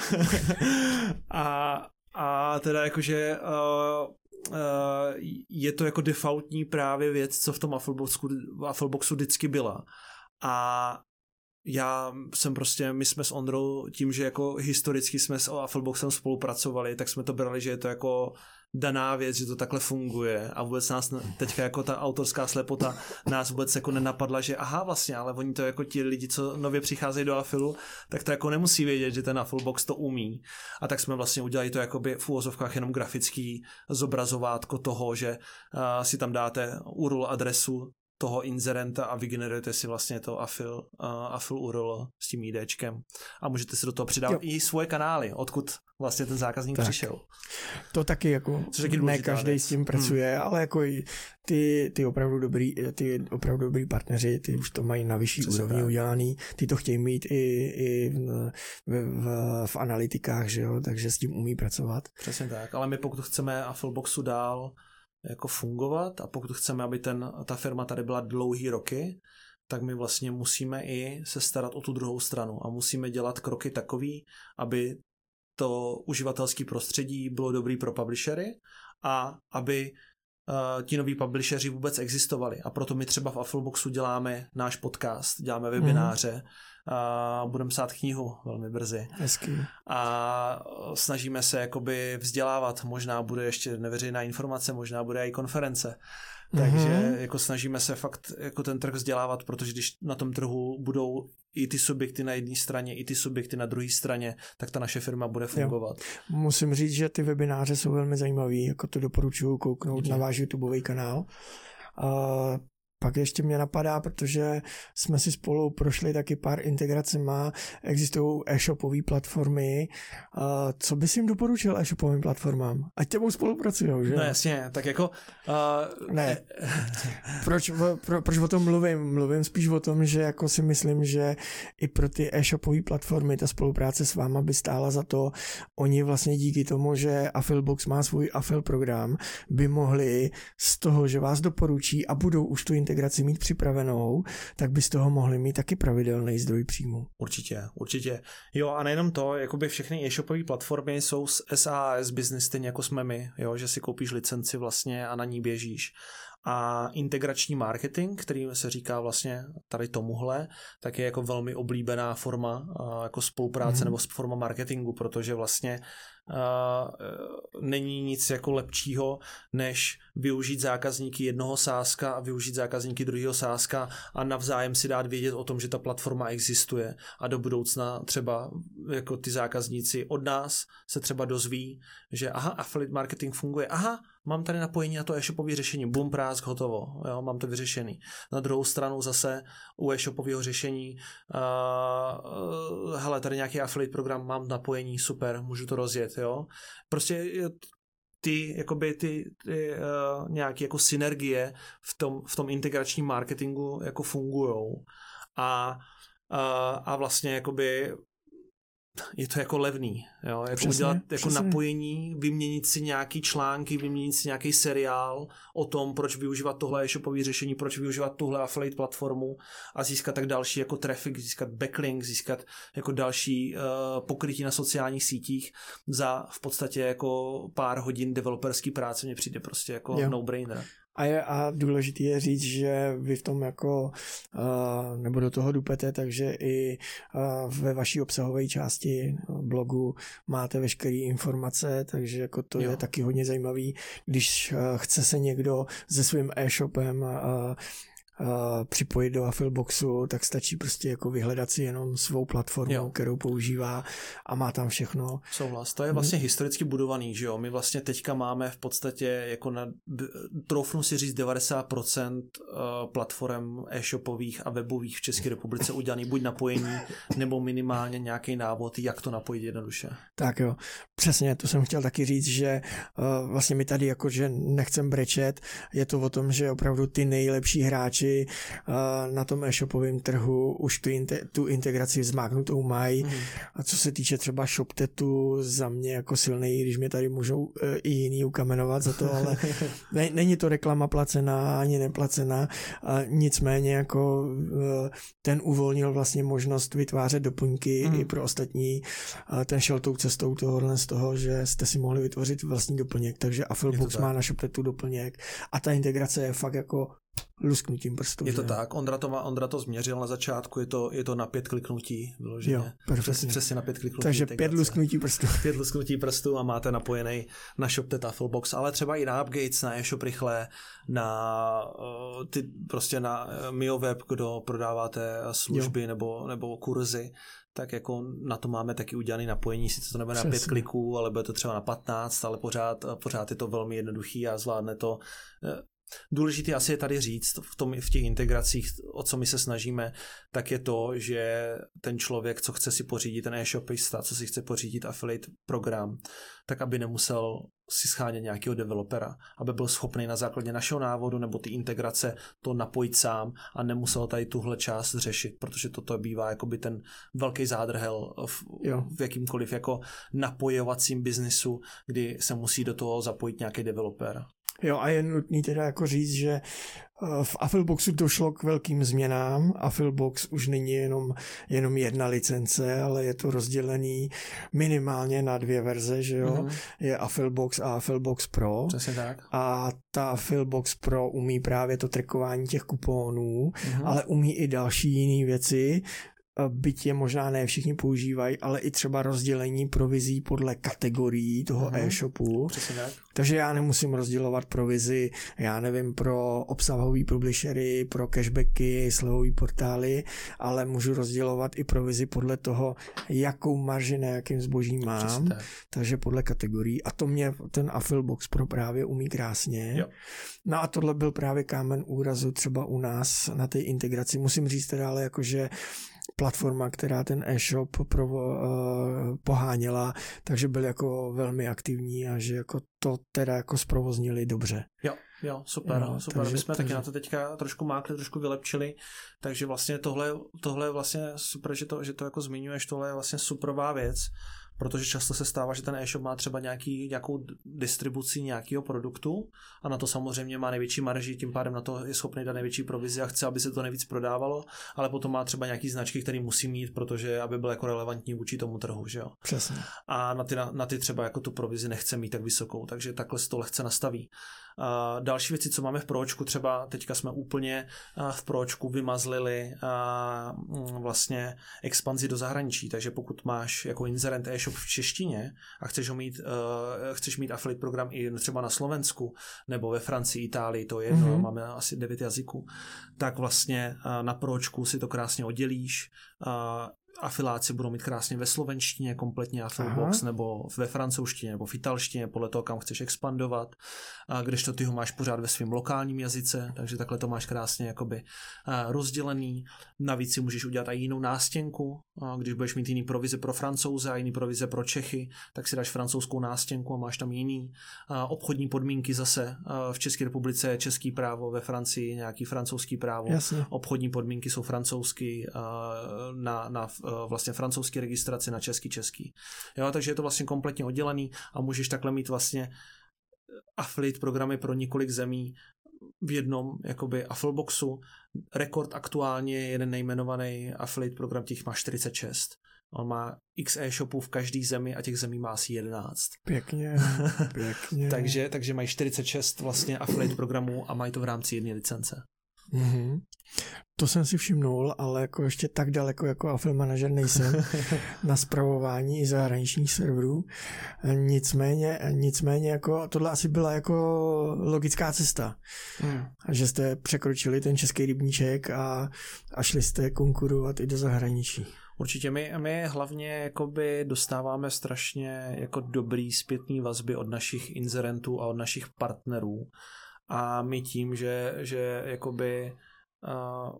S2: a, a teda jakože uh, Uh, je to jako defaultní právě věc, co v tom Affilboxu, Affilboxu vždycky byla. A já jsem prostě, my jsme s Ondrou tím, že jako historicky jsme s Affilboxem spolupracovali, tak jsme to brali, že je to jako daná věc, že to takhle funguje a vůbec nás teďka jako ta autorská slepota nás vůbec jako nenapadla, že aha vlastně, ale oni to jako ti lidi, co nově přicházejí do Affilu, tak to jako nemusí vědět, že ten Affilbox to umí. A tak jsme vlastně udělali to jakoby v úvozovkách jenom grafický zobrazovátko toho, že uh, si tam dáte U R L adresu toho inzerenta a vygenerujete si vlastně to afil, uh, afil U R L s tím IDčkem a můžete si do toho přidávat jo. i svoje kanály, odkud vlastně ten zákazník tak. přišel.
S3: To taky jako ne každý věc. S tím pracuje, hmm. ale jako ty, ty opravdu dobrý, ty opravdu dobrý partneři, ty už to mají na vyšší Přesně úrovni tak. udělaný, ty to chtějí mít i, i v, v, v, v analytikách, že jo, takže s tím umí pracovat.
S2: Přesně tak, ale my pokud chceme Affilboxu dál jako fungovat a pokud chceme, aby ten, ta firma tady byla dlouhý roky, tak my vlastně musíme i se starat o tu druhou stranu a musíme dělat kroky takový, aby to uživatelské prostředí bylo dobrý pro publishery a aby uh, ti noví publisheri vůbec existovali. A proto my třeba v Affilboxu děláme náš podcast, děláme webináře, mm. a budeme psát knihu velmi brzy.
S3: Hezky.
S2: A snažíme se jakoby vzdělávat, možná bude ještě neveřejná informace, možná bude i konference. Takže mm-hmm. jako snažíme se fakt jako ten trh vzdělávat, protože když na tom trhu budou i ty subjekty na jedné straně, i ty subjekty na druhé straně, tak ta naše firma bude fungovat.
S3: Jo. Musím říct, že ty webináře jsou velmi zajímavý, jako to doporučuji kouknout Díky. na váš YouTubeový kanál. Uh, Pak ještě mě napadá, protože jsme si spolu prošli taky pár integracema, existují e-shopové platformy. Co bys jim doporučil e-shopovým platformám? Ať těmou spolupracujou, že?
S2: No jasně, tak jako... Uh...
S3: Ne, proč, pro, proč o tom mluvím? Mluvím spíš o tom, že jako si myslím, že i pro ty e-shopové platformy ta spolupráce s váma by stála za to. Oni vlastně díky tomu, že Affilbox má svůj Affil program, by mohli z toho, že vás doporučí a budou už tu integraci mít připravenou, tak by z toho mohli mít taky pravidelný zdroj příjmu.
S2: Určitě, určitě. Jo a nejenom to, jakoby všechny e-shopové platformy jsou s S A A S business stejně jako jsme my, jo, že si koupíš licenci vlastně a na ní běžíš. A integrační marketing, který se říká vlastně tady tomuhle, tak je jako velmi oblíbená forma jako spolupráce mm. nebo forma marketingu, protože vlastně uh, není nic jako lepšího, než využít zákazníky jednoho sáska a využít zákazníky druhého sáska a navzájem si dát vědět o tom, že ta platforma existuje a do budoucna třeba jako ty zákazníci od nás se třeba dozví, že aha, affiliate marketing funguje, aha, mám tady napojení na to e-shopové řešení, bum, prásk, hotovo, jo, mám to vyřešený. Na druhou stranu zase u e-shopového řešení uh, uh, hele, tady nějaký affiliate program, mám napojení, super, můžu to rozjet, jo. Prostě ty, jakoby ty, ty uh, nějaké jako synergie v tom, v tom integračním marketingu jako fungujou a, uh, a vlastně jakoby je to jako levný, jo? Jako přesně, udělat jako přesně. napojení, vyměnit si nějaký články, vyměnit si nějaký seriál o tom, proč využívat tohle e-shopové řešení, proč využívat tuhle affiliate platformu a získat tak další jako traffic, získat backlink, získat jako další uh, pokrytí na sociálních sítích za v podstatě jako pár hodin developerský práce mně přijde prostě jako jo. no-brainer.
S3: A, je, a důležité je říct, že vy v tom jako uh, nebo do toho dupete, takže i uh, ve vaší obsahové části blogu máte veškeré informace, takže jako to jo. je taky hodně zajímavý, když uh, chce se někdo se svým e-shopem uh, Uh, připojit do Affilboxu, tak stačí prostě jako vyhledat si jenom svou platformu, jo. kterou používá a má tam všechno.
S2: Souhlas, to je vlastně hmm. historicky budovaný, že jo, my vlastně teďka máme v podstatě jako na, troufnu si říct devadesát procent platform e-shopových a webových v České republice udělaný buď napojení, nebo minimálně nějaký návod, jak to napojit jednoduše.
S3: Tak jo, přesně, to jsem chtěl taky říct, že uh, vlastně my tady jakože nechcem brečet, je to o tom, že opravdu ty nejlepší hráči na tom e-shopovém trhu už tu, inte, tu integraci zmáknutou mají. Mm. A co se týče třeba ShopTetu, za mě jako silný, když mě tady můžou i jiný ukamenovat za to, ale ne, není to reklama placená ani neplacená. A nicméně jako ten uvolnil vlastně možnost vytvářet doplňky mm. i pro ostatní. A ten šel tou cestou tohohle z toho, že jste si mohli vytvořit vlastní doplněk. Takže Affilbox má na ShopTetu doplněk a ta integrace je fakt jako lusknutím prstů.
S2: Je to tak, Ondra to, má, Ondra to změřil na začátku, je to, je to na pět kliknutí vyloženě. Jo, přesně, přesně na pět kliknutí.
S3: Takže integrace. Pět lusknutí prstů.
S2: Pět lusknutí prstů a máte napojený na ShopTet Affilbox, ale třeba i na Upgates, na eShop rychle, na ty prostě na MioWeb, kdo prodáváte služby nebo, nebo kurzy, tak jako na to máme taky udělané napojení, sice to nebude na pět kliků, ale bude to třeba na patnáct, ale pořád, pořád je to velmi jednoduchý a zvládne to důležité asi je tady říct v, tom, v těch integracích, o co my se snažíme, tak je to, že ten člověk, co chce si pořídit ten e-shopista, co si chce pořídit affiliate program, tak aby nemusel si schánět nějakého developera, aby byl schopný na základě našeho návodu nebo ty integrace to napojit sám a nemusel tady tuhle část řešit, protože toto bývá jakoby ten velký zádrhel v, v jakýmkoliv jako napojovacím biznisu, kdy se musí do toho zapojit nějaký developer.
S3: Jo, a je nutný teda jako říct, že v Affilboxu došlo k velkým změnám. Affilbox už není jenom, jenom jedna licence, ale je to rozdělený minimálně na dvě verze, že jo? Mm-hmm. Je Affilbox a Affilbox Pro.
S2: Přesně tak.
S3: A ta Affilbox Pro umí právě to trackování těch kuponů, mm-hmm. ale umí i další jiné věci, byť je možná ne všichni používají, ale i třeba rozdělení provizí podle kategorií toho uh-huh. e-shopu.
S2: Tak.
S3: Takže já nemusím rozdělovat provizi, já nevím, pro obsahový publishery, pro cashbacky, slevový portály, ale můžu rozdělovat i provizi podle toho, jakou marži na jakým zboží mám. Tak. Takže podle kategorií. A to mě ten Affilbox Pro právě umí krásně.
S2: Jo.
S3: No a tohle byl právě kámen úrazu třeba u nás na té integraci. Musím říct teda ale jakože platforma, která ten e-shop pro, uh, poháněla, takže byl jako velmi aktivní a že jako to teda jako zprovoznili dobře.
S2: Jo, jo, super, jo, super. Takže, My jsme takže... taky na to teďka trošku mákli, trošku vylepčili, takže vlastně tohle, tohle je vlastně super, že to, že to jako zmiňuješ, tohle je vlastně superová věc, protože často se stává, že ten e-shop má třeba nějaký, nějakou distribuci nějakého produktu a na to samozřejmě má největší marži, tím pádem na to je schopný dát největší provizi a chce, aby se to nejvíc prodávalo, ale potom má třeba nějaký značky, které musí mít, protože aby byl jako relevantní vůči tomu trhu, že jo.
S3: Přesně.
S2: A na ty, na, na ty třeba jako tu provizi nechce mít tak vysokou, takže takhle se to lehce nastaví. Uh, další věci, co máme v Pročku, třeba teďka jsme úplně uh, v Pročku vymazlili uh, vlastně expanzi do zahraničí, takže pokud máš jako inzerent e-shop v češtině a chceš ho mít, uh, chceš mít affiliate program i třeba na Slovensku nebo ve Francii, Itálii, to je jedno, mm-hmm. máme asi devět jazyků, tak vlastně uh, na Pročku si to krásně oddělíš, uh, afiláci budou mít krásně ve slovenštině kompletně Affilbox, nebo ve francouzštině, nebo v italštině, podle toho, kam chceš expandovat, a kdežto ty ho máš pořád ve svém lokálním jazyce, takže takhle to máš krásně jakoby rozdělený. Navíc si můžeš udělat i jinou nástěnku, když budeš mít jiný provize pro Francouze a jiný provize pro Čechy, tak si dáš francouzskou nástěnku a máš tam jiný. Obchodní podmínky zase v České republice je český právo, ve Francii nějaký francouzský právo.
S3: Jasně.
S2: Obchodní podmínky jsou francouzský na, na vlastně francouzský registraci, na český český. Jo, takže je to vlastně kompletně oddělený a můžeš takhle mít vlastně affiliate programy pro několik zemí v jednom jakoby Affilboxu. Rekord aktuálně je jeden nejmenovaný affiliate program, těch má čtyřicet šest. On má x e-shopů v každý zemi a těch zemí má asi jedenáct.
S3: Pěkně, pěkně.
S2: takže, takže mají čtyřicet šest vlastně affiliate programů a mají to v rámci jedné licence.
S3: Mm-hmm. To jsem si všimnul, ale jako ještě tak daleko jako Affiliate Manager nejsem na spravování i zahraničních serverů. Nicméně, nicméně jako tohle asi byla jako logická cesta. Mm. Že jste překročili ten český rybníček a, a šli jste konkurovat i do zahraničí.
S2: Určitě my, my hlavně jakoby dostáváme strašně jako dobrý zpětný vazby od našich inzerentů a od našich partnerů. A my tím, že, že jakoby uh,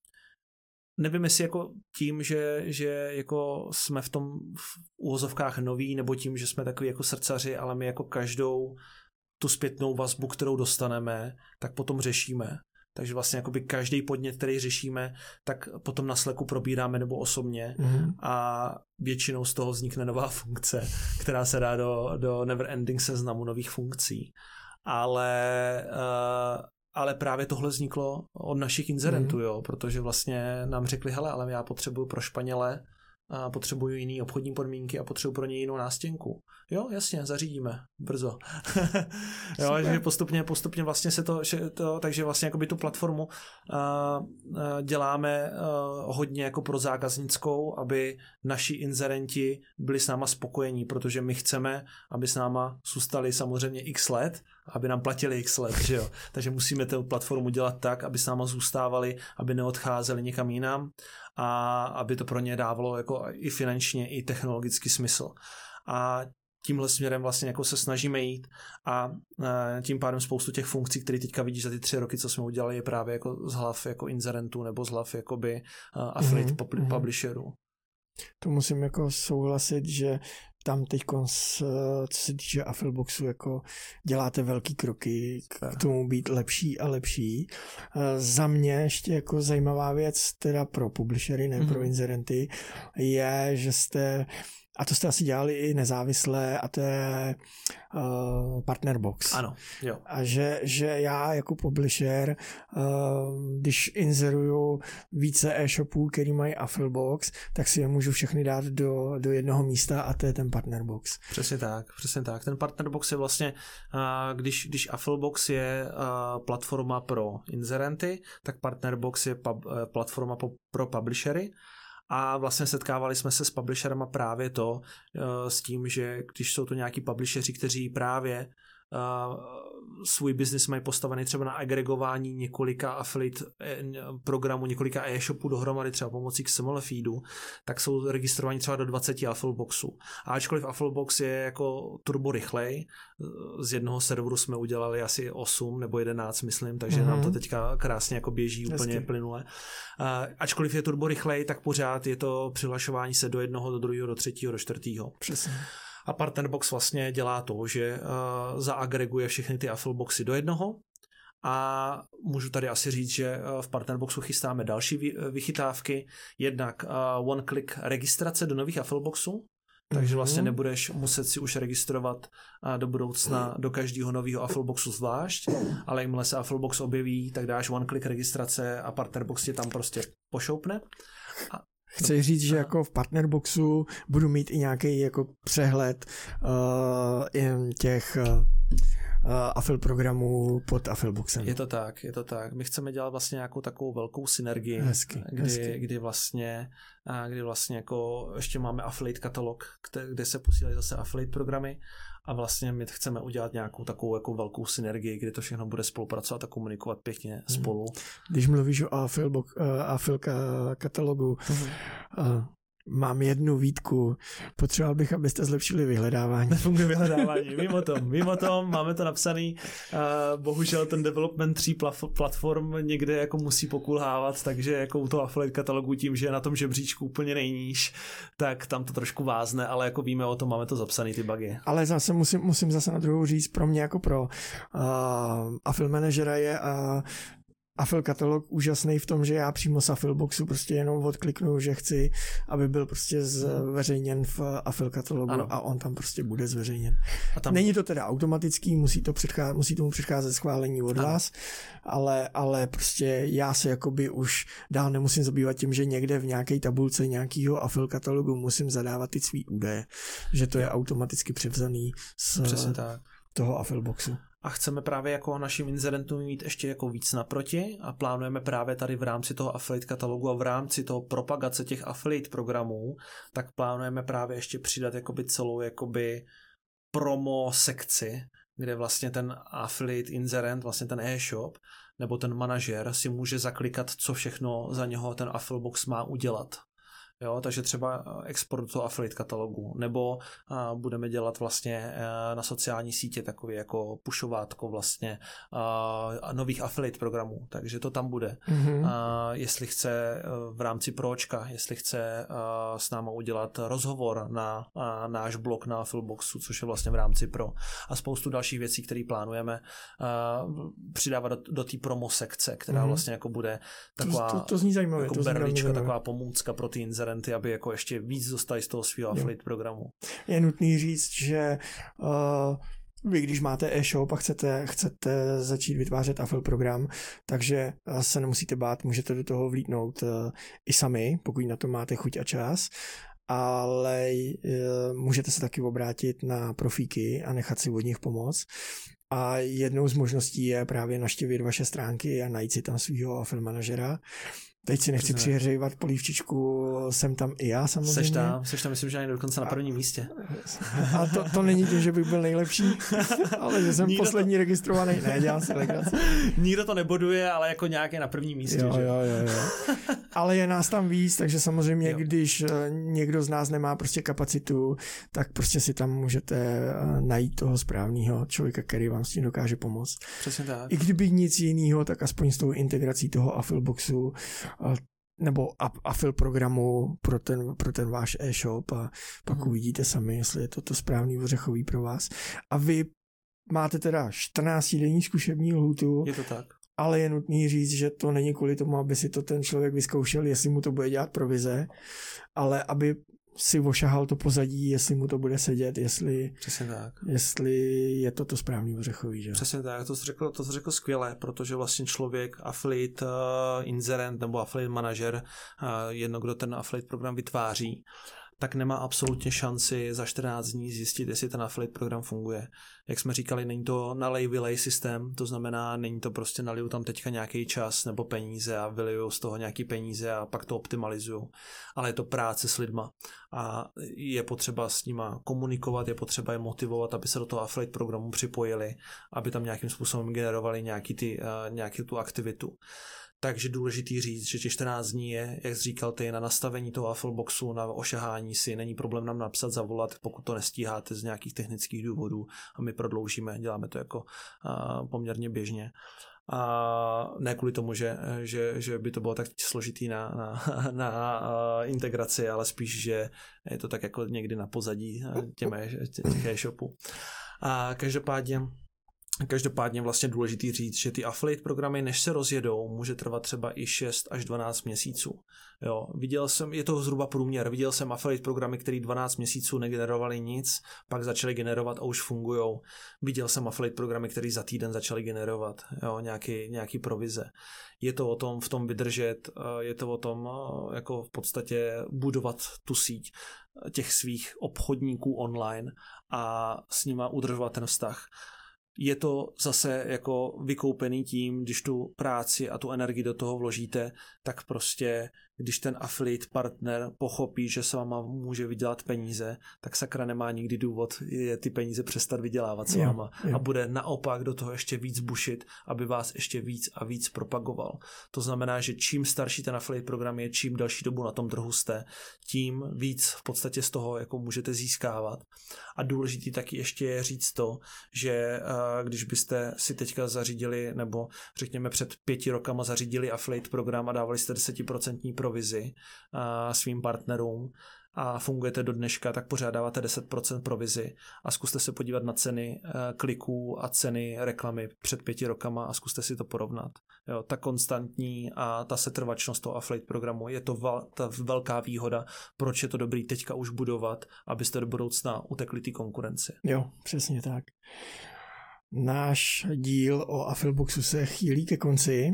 S2: nevím, jestli jako tím, že, že jako jsme v tom v úvozovkách noví, nebo tím, že jsme takový jako srdcaři, ale my jako každou tu zpětnou vazbu, kterou dostaneme, tak potom řešíme. Takže vlastně jakoby každý podnět, který řešíme, tak potom na Slacku probíráme nebo osobně mm-hmm. a většinou z toho vznikne nová funkce, která se dá do, do never ending seznamu nových funkcí. Ale, uh, ale právě tohle vzniklo od našich inzerentů, mm. jo, protože vlastně nám řekli, hele, ale já potřebuju pro Španěle, a potřebuju jiný obchodní podmínky a potřebuju pro ně jinou nástěnku. Jo, jasně, zařídíme, brzo. Jo, že postupně, postupně vlastně se to, že to takže vlastně jakoby tu platformu uh, uh, děláme uh, hodně jako pro zákaznickou, aby naši inzerenti byli s náma spokojení, protože my chceme, aby s náma zůstali samozřejmě x let, aby nám platili x let, že jo. Takže musíme tu platformu dělat tak, aby s náma zůstávali, aby neodcházeli někam jinam a aby to pro ně dávalo jako i finančně, i technologicky smysl. A tímhle směrem vlastně jako se snažíme jít a tím pádem spoustu těch funkcí, které teďka vidíš za ty tři roky, co jsme udělali, je právě jako z hlav jako inzerentů nebo z hlav jakoby affiliate mm-hmm. publisherů.
S3: To musím jako souhlasit, že tam teď, co se týče Affilboxu, jako děláte velký kroky k tomu být lepší a lepší. Za mě ještě jako zajímavá věc, teda pro publishery, ne mm-hmm. pro inzerenty, je, že jste, a to jste asi dělali i nezávisle, a to je uh, Partnerbox.
S2: Ano, jo.
S3: A že, že já jako publisher, uh, když inzeruju více e-shopů, který mají Affilbox, tak si je můžu všechny dát do, do jednoho místa a to je ten Partnerbox.
S2: Přesně tak, přesně tak. Ten Partnerbox je vlastně, uh, když, když Affilbox je uh, platforma pro inzerenty, tak Partnerbox je pub, uh, platforma po, pro publishery. A vlastně setkávali jsme se s publisherama právě to uh, s tím, že když jsou to nějaký publisheri, kteří právě uh, svůj biznis mají postavený třeba na agregování několika affiliate programů, několika e-shopů dohromady třeba pomocí X M L feedu, tak jsou registrovaní třeba do dvacet Affilboxů. A ačkoliv Affilbox je jako turbo rychlej, z jednoho serveru jsme udělali asi osm nebo jedenáct, myslím, takže mm-hmm. nám to teďka krásně jako běží Hezky. úplně plynule. Uh, ačkoliv je turbo rychlej, tak pořád je to přihlašování se do jednoho, do druhého, do třetího, do čtvrtého.
S3: Přesně.
S2: A Partnerbox vlastně dělá to, že uh, zaagreguje všechny ty Affilboxy do jednoho a můžu tady asi říct, že v Partnerboxu chystáme další vy, vychytávky, jednak uh, one-click registrace do nových Affilboxů, takže vlastně nebudeš muset si už registrovat uh, do budoucna do každého nového Affilboxu zvlášť, ale jakmile se Affilbox objeví, tak dáš one-click registrace a Partnerbox tě tam prostě pošoupne. A
S3: Chci říct, že jako v Partnerboxu budu mít i nějaký jako přehled uh, těch uh, Affil programů pod Affilboxem.
S2: Je to tak, je to tak. My chceme dělat vlastně nějakou takovou velkou synergii,
S3: hezky,
S2: kdy,
S3: hezky.
S2: kdy vlastně, kdy vlastně jako ještě máme affiliate katalog, kde se posílají zase affiliate programy a vlastně my chceme udělat nějakou takovou jako velkou synergii, kdy to všechno bude spolupracovat a komunikovat pěkně hmm. spolu.
S3: Když mluvíš o Affilbox, uh, Affil katalogu, hmm. uh, mám jednu výtku. Potřeboval bych, abyste zlepšili vyhledávání.
S2: Nefunguje vyhledávání. Vím o tom. Vím o tom. Máme to napsaný. Uh, bohužel ten development tří platform někde jako musí pokulhávat, takže jako u toho affiliate katalogu tím, že je na tom žebříčku úplně nejníž, tak tam to trošku vázne, ale jako víme o tom, máme to zapsaný ty bugy.
S3: Ale zase musím, musím zase na druhou říct, pro mě jako pro uh, Affil manažera je uh, Affil katalog úžasný v tom, že já přímo z Affilboxu prostě jenom odkliknu, že chci, aby byl prostě zveřejněn v Affil katalogu ano. a on tam prostě bude zveřejněn. A tam... Není to teda automatický, musí, to předchá... musí tomu předcházet schválení od ano. vás, ale, ale prostě já se jakoby už dál nemusím zabývat tím, že někde v nějaké tabulce nějakého Affil katalogu musím zadávat ty svý údaje, že to je automaticky převzaný z
S2: tak.
S3: toho Affilboxu.
S2: A chceme právě jako našim inzerentům mít ještě jako víc naproti a plánujeme právě tady v rámci toho affiliate katalogu a v rámci toho propagace těch affiliate programů, tak plánujeme právě ještě přidat jakoby celou jakoby promo sekci, kde vlastně ten affiliate inzerent, vlastně ten e-shop nebo ten manažer si může zaklikat, co všechno za něho ten Affilbox má udělat. Jo, takže třeba export toho affiliate katalogu, nebo a, budeme dělat vlastně a, na sociální sítě takový jako pušovátko vlastně a, nových affiliate programů, takže to tam bude. Mm-hmm. A, jestli chce v rámci pročka, jestli chce a, s náma udělat rozhovor na a, náš blog na Affilboxu, což je vlastně v rámci pro a spoustu dalších věcí, které plánujeme a, přidávat do, do té promo sekce, která mm-hmm. vlastně jako bude taková
S3: to, to, to zní zajímavé,
S2: jako
S3: to
S2: berlička,
S3: zajímavé.
S2: Taková pomůcka pro ty inzerenty, aby jako ještě víc dostali z toho svého affiliate programu.
S3: Je nutný říct, že uh, vy, když máte e-shop a chcete, chcete začít vytvářet Affil program, takže se nemusíte bát, můžete do toho vlítnout uh, i sami, pokud na to máte chuť a čas, ale uh, můžete se taky obrátit na profíky a nechat si od nich pomoct. A jednou z možností je právě navštívit vaše stránky a najít si tam svýho Affil manažera Teď si nechci přihřejvat polívčičku, jsem tam i já samozřejmě.
S2: Seš tam, seš tam, myslím, že ani dokonce na prvním místě.
S3: A to, to není tím, že bych byl nejlepší, ale že jsem Nikdo poslední to... registrovaný. Ne, dělám si legraci.
S2: Nikdo to neboduje, ale jako nějaké na prvním místě.
S3: Jo,
S2: že?
S3: jo, jo, jo. Ale je nás tam víc, takže samozřejmě, jo. Když někdo z nás nemá prostě kapacitu, tak prostě si tam můžete najít toho správného člověka, který vám s tím dokáže pomoct.
S2: Přesně tak.
S3: I kdyby nic jiného, tak aspoň s tou integrací toho Affilboxu nebo Affil programu pro ten, pro ten váš e-shop a pak hmm. uvidíte sami, jestli je to to správný ořechový pro vás. A vy máte teda čtrnáctidenní zkušební lhůtu.
S2: Je to tak.
S3: Ale je nutný říct, že to není kvůli tomu, aby si to ten člověk vyzkoušel, jestli mu to bude dělat provize, ale aby si ošahal to pozadí, jestli mu to bude sedět, jestli,
S2: Přesně tak.
S3: jestli je to to správný ořechový. Že?
S2: Přesně tak, to jsi řekl, to jsi řekl skvěle, protože vlastně člověk, affiliate uh, inzerent nebo affiliate manažer, uh, jedno, kdo ten affiliate program vytváří, tak nemá absolutně šanci za čtrnáct dní zjistit, jestli ten affiliate program funguje. Jak jsme říkali, není to nalej vylej systém, to znamená, není to prostě naliju tam teďka nějaký čas nebo peníze a vyliju z toho nějaký peníze a pak to optimalizuju. Ale je to práce s lidma a je potřeba s nima komunikovat, je potřeba je motivovat, aby se do toho affiliate programu připojili, aby tam nějakým způsobem generovali nějaký, ty, uh, nějaký tu aktivitu. Takže důležitý říct, že těch čtrnáct dní je, jak jsi říkal ty, na nastavení toho Affilboxu, na ošahání si, není problém nám napsat, zavolat, pokud to nestíháte z nějakých technických důvodů a my prodloužíme, děláme to jako a, poměrně běžně. A ne kvůli tomu, že, že, že by to bylo tak složitý na, na, na integraci, ale spíš, že je to tak jako někdy na pozadí těme, těch e-shopů. A každopádně Každopádně vlastně důležitý říct, že ty affiliate programy, než se rozjedou, může trvat třeba i šest až dvanáct měsíců. Jo, viděl jsem, je to zhruba průměr, viděl jsem affiliate programy, které dvanáct měsíců negenerovaly nic, pak začaly generovat a už fungujou. Viděl jsem affiliate programy, které za týden začaly generovat, jo, nějaký, nějaký provize. Je to o tom v tom vydržet, je to o tom jako v podstatě budovat tu síť těch svých obchodníků online a s nima udržovat ten vztah. Je to zase jako vykoupený tím, když tu práci a tu energii do toho vložíte, tak prostě, když ten affiliate partner pochopí, že se váma může vydělat peníze, tak sakra nemá nikdy důvod je ty peníze přestat vydělávat s váma. Jo, jo. A bude naopak do toho ještě víc bušit, aby vás ještě víc a víc propagoval. To znamená, že čím starší ten affiliate program je, čím další dobu na tom trhu jste, tím víc v podstatě z toho jako můžete získávat. A důležitý taky ještě je říct to, že když byste si teďka zařídili, nebo řekněme před pěti rokama zařídili affiliate program a dávali jste deset procent provizi svým partnerům a fungujete do dneška, tak pořád dáváte deset procent provizi a zkuste se podívat na ceny kliků a ceny reklamy před pěti rokama a zkuste si to porovnat. Jo, ta konstantní a ta setrvačnost toho affiliate programu je to vel, ta velká výhoda, proč je to dobrý teďka už budovat, abyste do budoucna utekli ty konkurenci.
S3: Jo, přesně tak. Náš díl o Affilboxu se chýlí ke konci.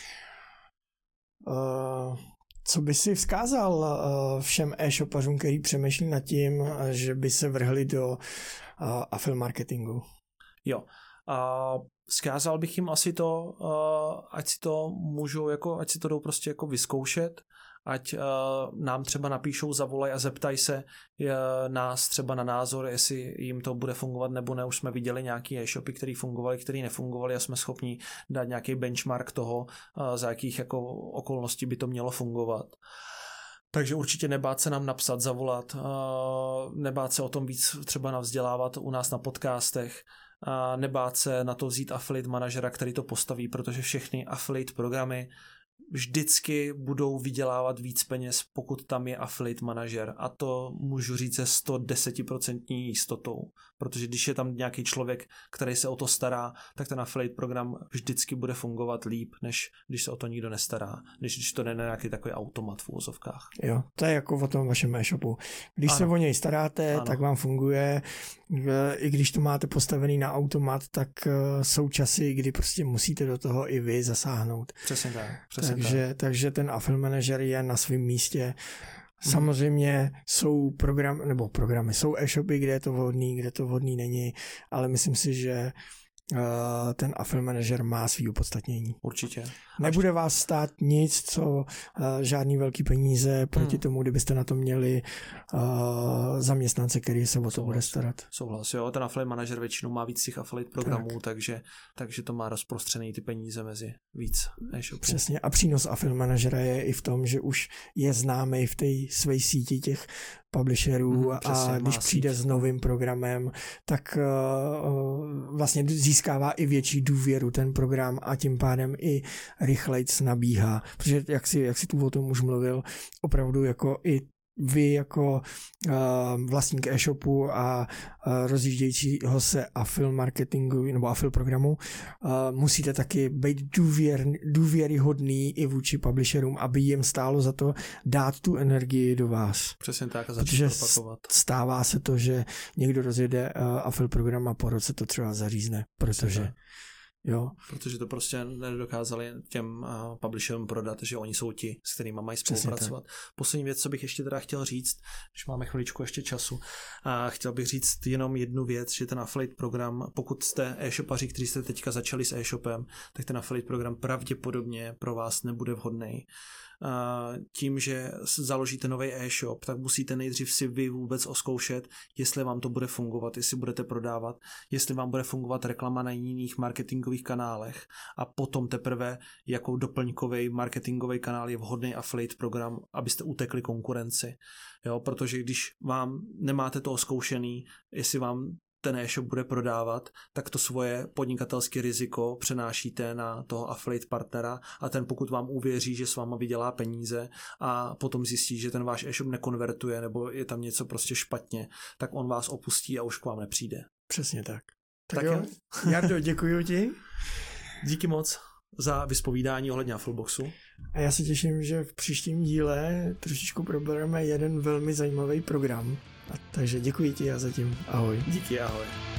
S3: Uh, co by si vzkázal uh, všem e-shopařům, který přemýšlí nad tím, že by se vrhli do uh, affil marketingu?
S2: Jo. Uh, vzkázal bych jim asi to, uh, ať si to můžou, jako, ať si to jdou prostě jako vyzkoušet, ať uh, nám třeba napíšou, zavolají a zeptají se uh, nás třeba na názor, jestli jim to bude fungovat nebo ne. Už jsme viděli nějaké e-shopy, které fungovaly, které nefungovaly a jsme schopni dát nějaký benchmark toho, uh, za jakých jako okolností by to mělo fungovat. Takže určitě nebát se nám napsat, zavolat, uh, nebát se o tom víc třeba navzdělávat u nás na podcastech, uh, nebát se na to vzít affiliate manažera, který to postaví, protože všechny affiliate programy vždycky budou vydělávat víc peněz, pokud tam je affiliate manažer. A to můžu říct se sto deset procent jistotou. Protože když je tam nějaký člověk, který se o to stará, tak ten affiliate program vždycky bude fungovat líp, než když se o to nikdo nestará. Než když to není nějaký takový automat v úvozovkách.
S3: Jo, to je jako o tom vašem e-shopu. Když ano. se o něj staráte, ano. tak vám funguje. I když to máte postavený na automat, tak jsou časy, kdy prostě musíte do toho i vy zasáhnout.
S2: Přesně tak. Přesně
S3: takže,
S2: tak.
S3: takže ten affiliate manager je na svém místě. Samozřejmě jsou program, nebo programy, jsou e-shopy, kde je to vhodný, kde to vhodný není, ale myslím si, že ten Affiliate Manager má svý opodstatnění.
S2: Určitě.
S3: Nebude vás stát nic, co žádný velký peníze proti hmm. tomu, kdybyste na to měli uh, zaměstnance, který se o to bude starat.
S2: Souhlas, jo, ten Affiliate Manager většinou má víc těch affiliate programů, tak. takže, takže to má rozprostřený ty peníze mezi víc e-shopů.
S3: Přesně, a přínos Affiliate Managera je i v tom, že už je známý v té své síti těch publisherů hmm, a když přijde síť. s novým programem, tak uh, vlastně získává i větší důvěru ten program a tím pádem i rychlejc nabíhá. Protože jak si, jak si tu o tom už mluvil, opravdu jako i vy jako uh, vlastník e-shopu a uh, rozjíždějícího se affiliate marketingu nebo affiliate programu uh, musíte taky být důvěr, důvěryhodný i vůči publisherům, aby jim stálo za to dát tu energii do vás.
S2: Přesně tak a začít propagovat.
S3: Stává se to, že někdo rozjede uh, affiliate program a po roce to třeba zařízne, protože jo.
S2: Protože to prostě nedokázali těm uh, publisherům prodat, že oni jsou ti, s kterými mají spolupracovat. Poslední věc, co bych ještě teda chtěl říct, když máme chviličku ještě času, a chtěl bych říct jenom jednu věc, že ten affiliate program, pokud jste e-shopaři, kteří jste teďka začali s e-shopem, tak ten affiliate program pravděpodobně pro vás nebude vhodný. Tím, že založíte nový e-shop, tak musíte nejdřív si vy vůbec oskoušet, jestli vám to bude fungovat, jestli budete prodávat, jestli vám bude fungovat reklama na jiných marketingových kanálech a potom teprve jako doplňkový marketingový kanál je vhodný affiliate program, abyste utekli konkurenci. Jo, protože když vám nemáte to oskoušený, jestli vám ten e-shop bude prodávat, tak to svoje podnikatelské riziko přenášíte na toho affiliate partnera a ten pokud vám uvěří, že s váma vydělá peníze a potom zjistí, že ten váš e-shop nekonvertuje nebo je tam něco prostě špatně, tak on vás opustí a už k vám nepřijde.
S3: Přesně tak.
S2: Tak, tak jo,
S3: Jardo, děkuji ti.
S2: Díky moc za vyspovídání ohledně Affilboxu.
S3: A já se těším, že v příštím díle trošičku probereme jeden velmi zajímavý program. A takže děkuji ti a zatím ahoj.
S2: Díky, ahoj.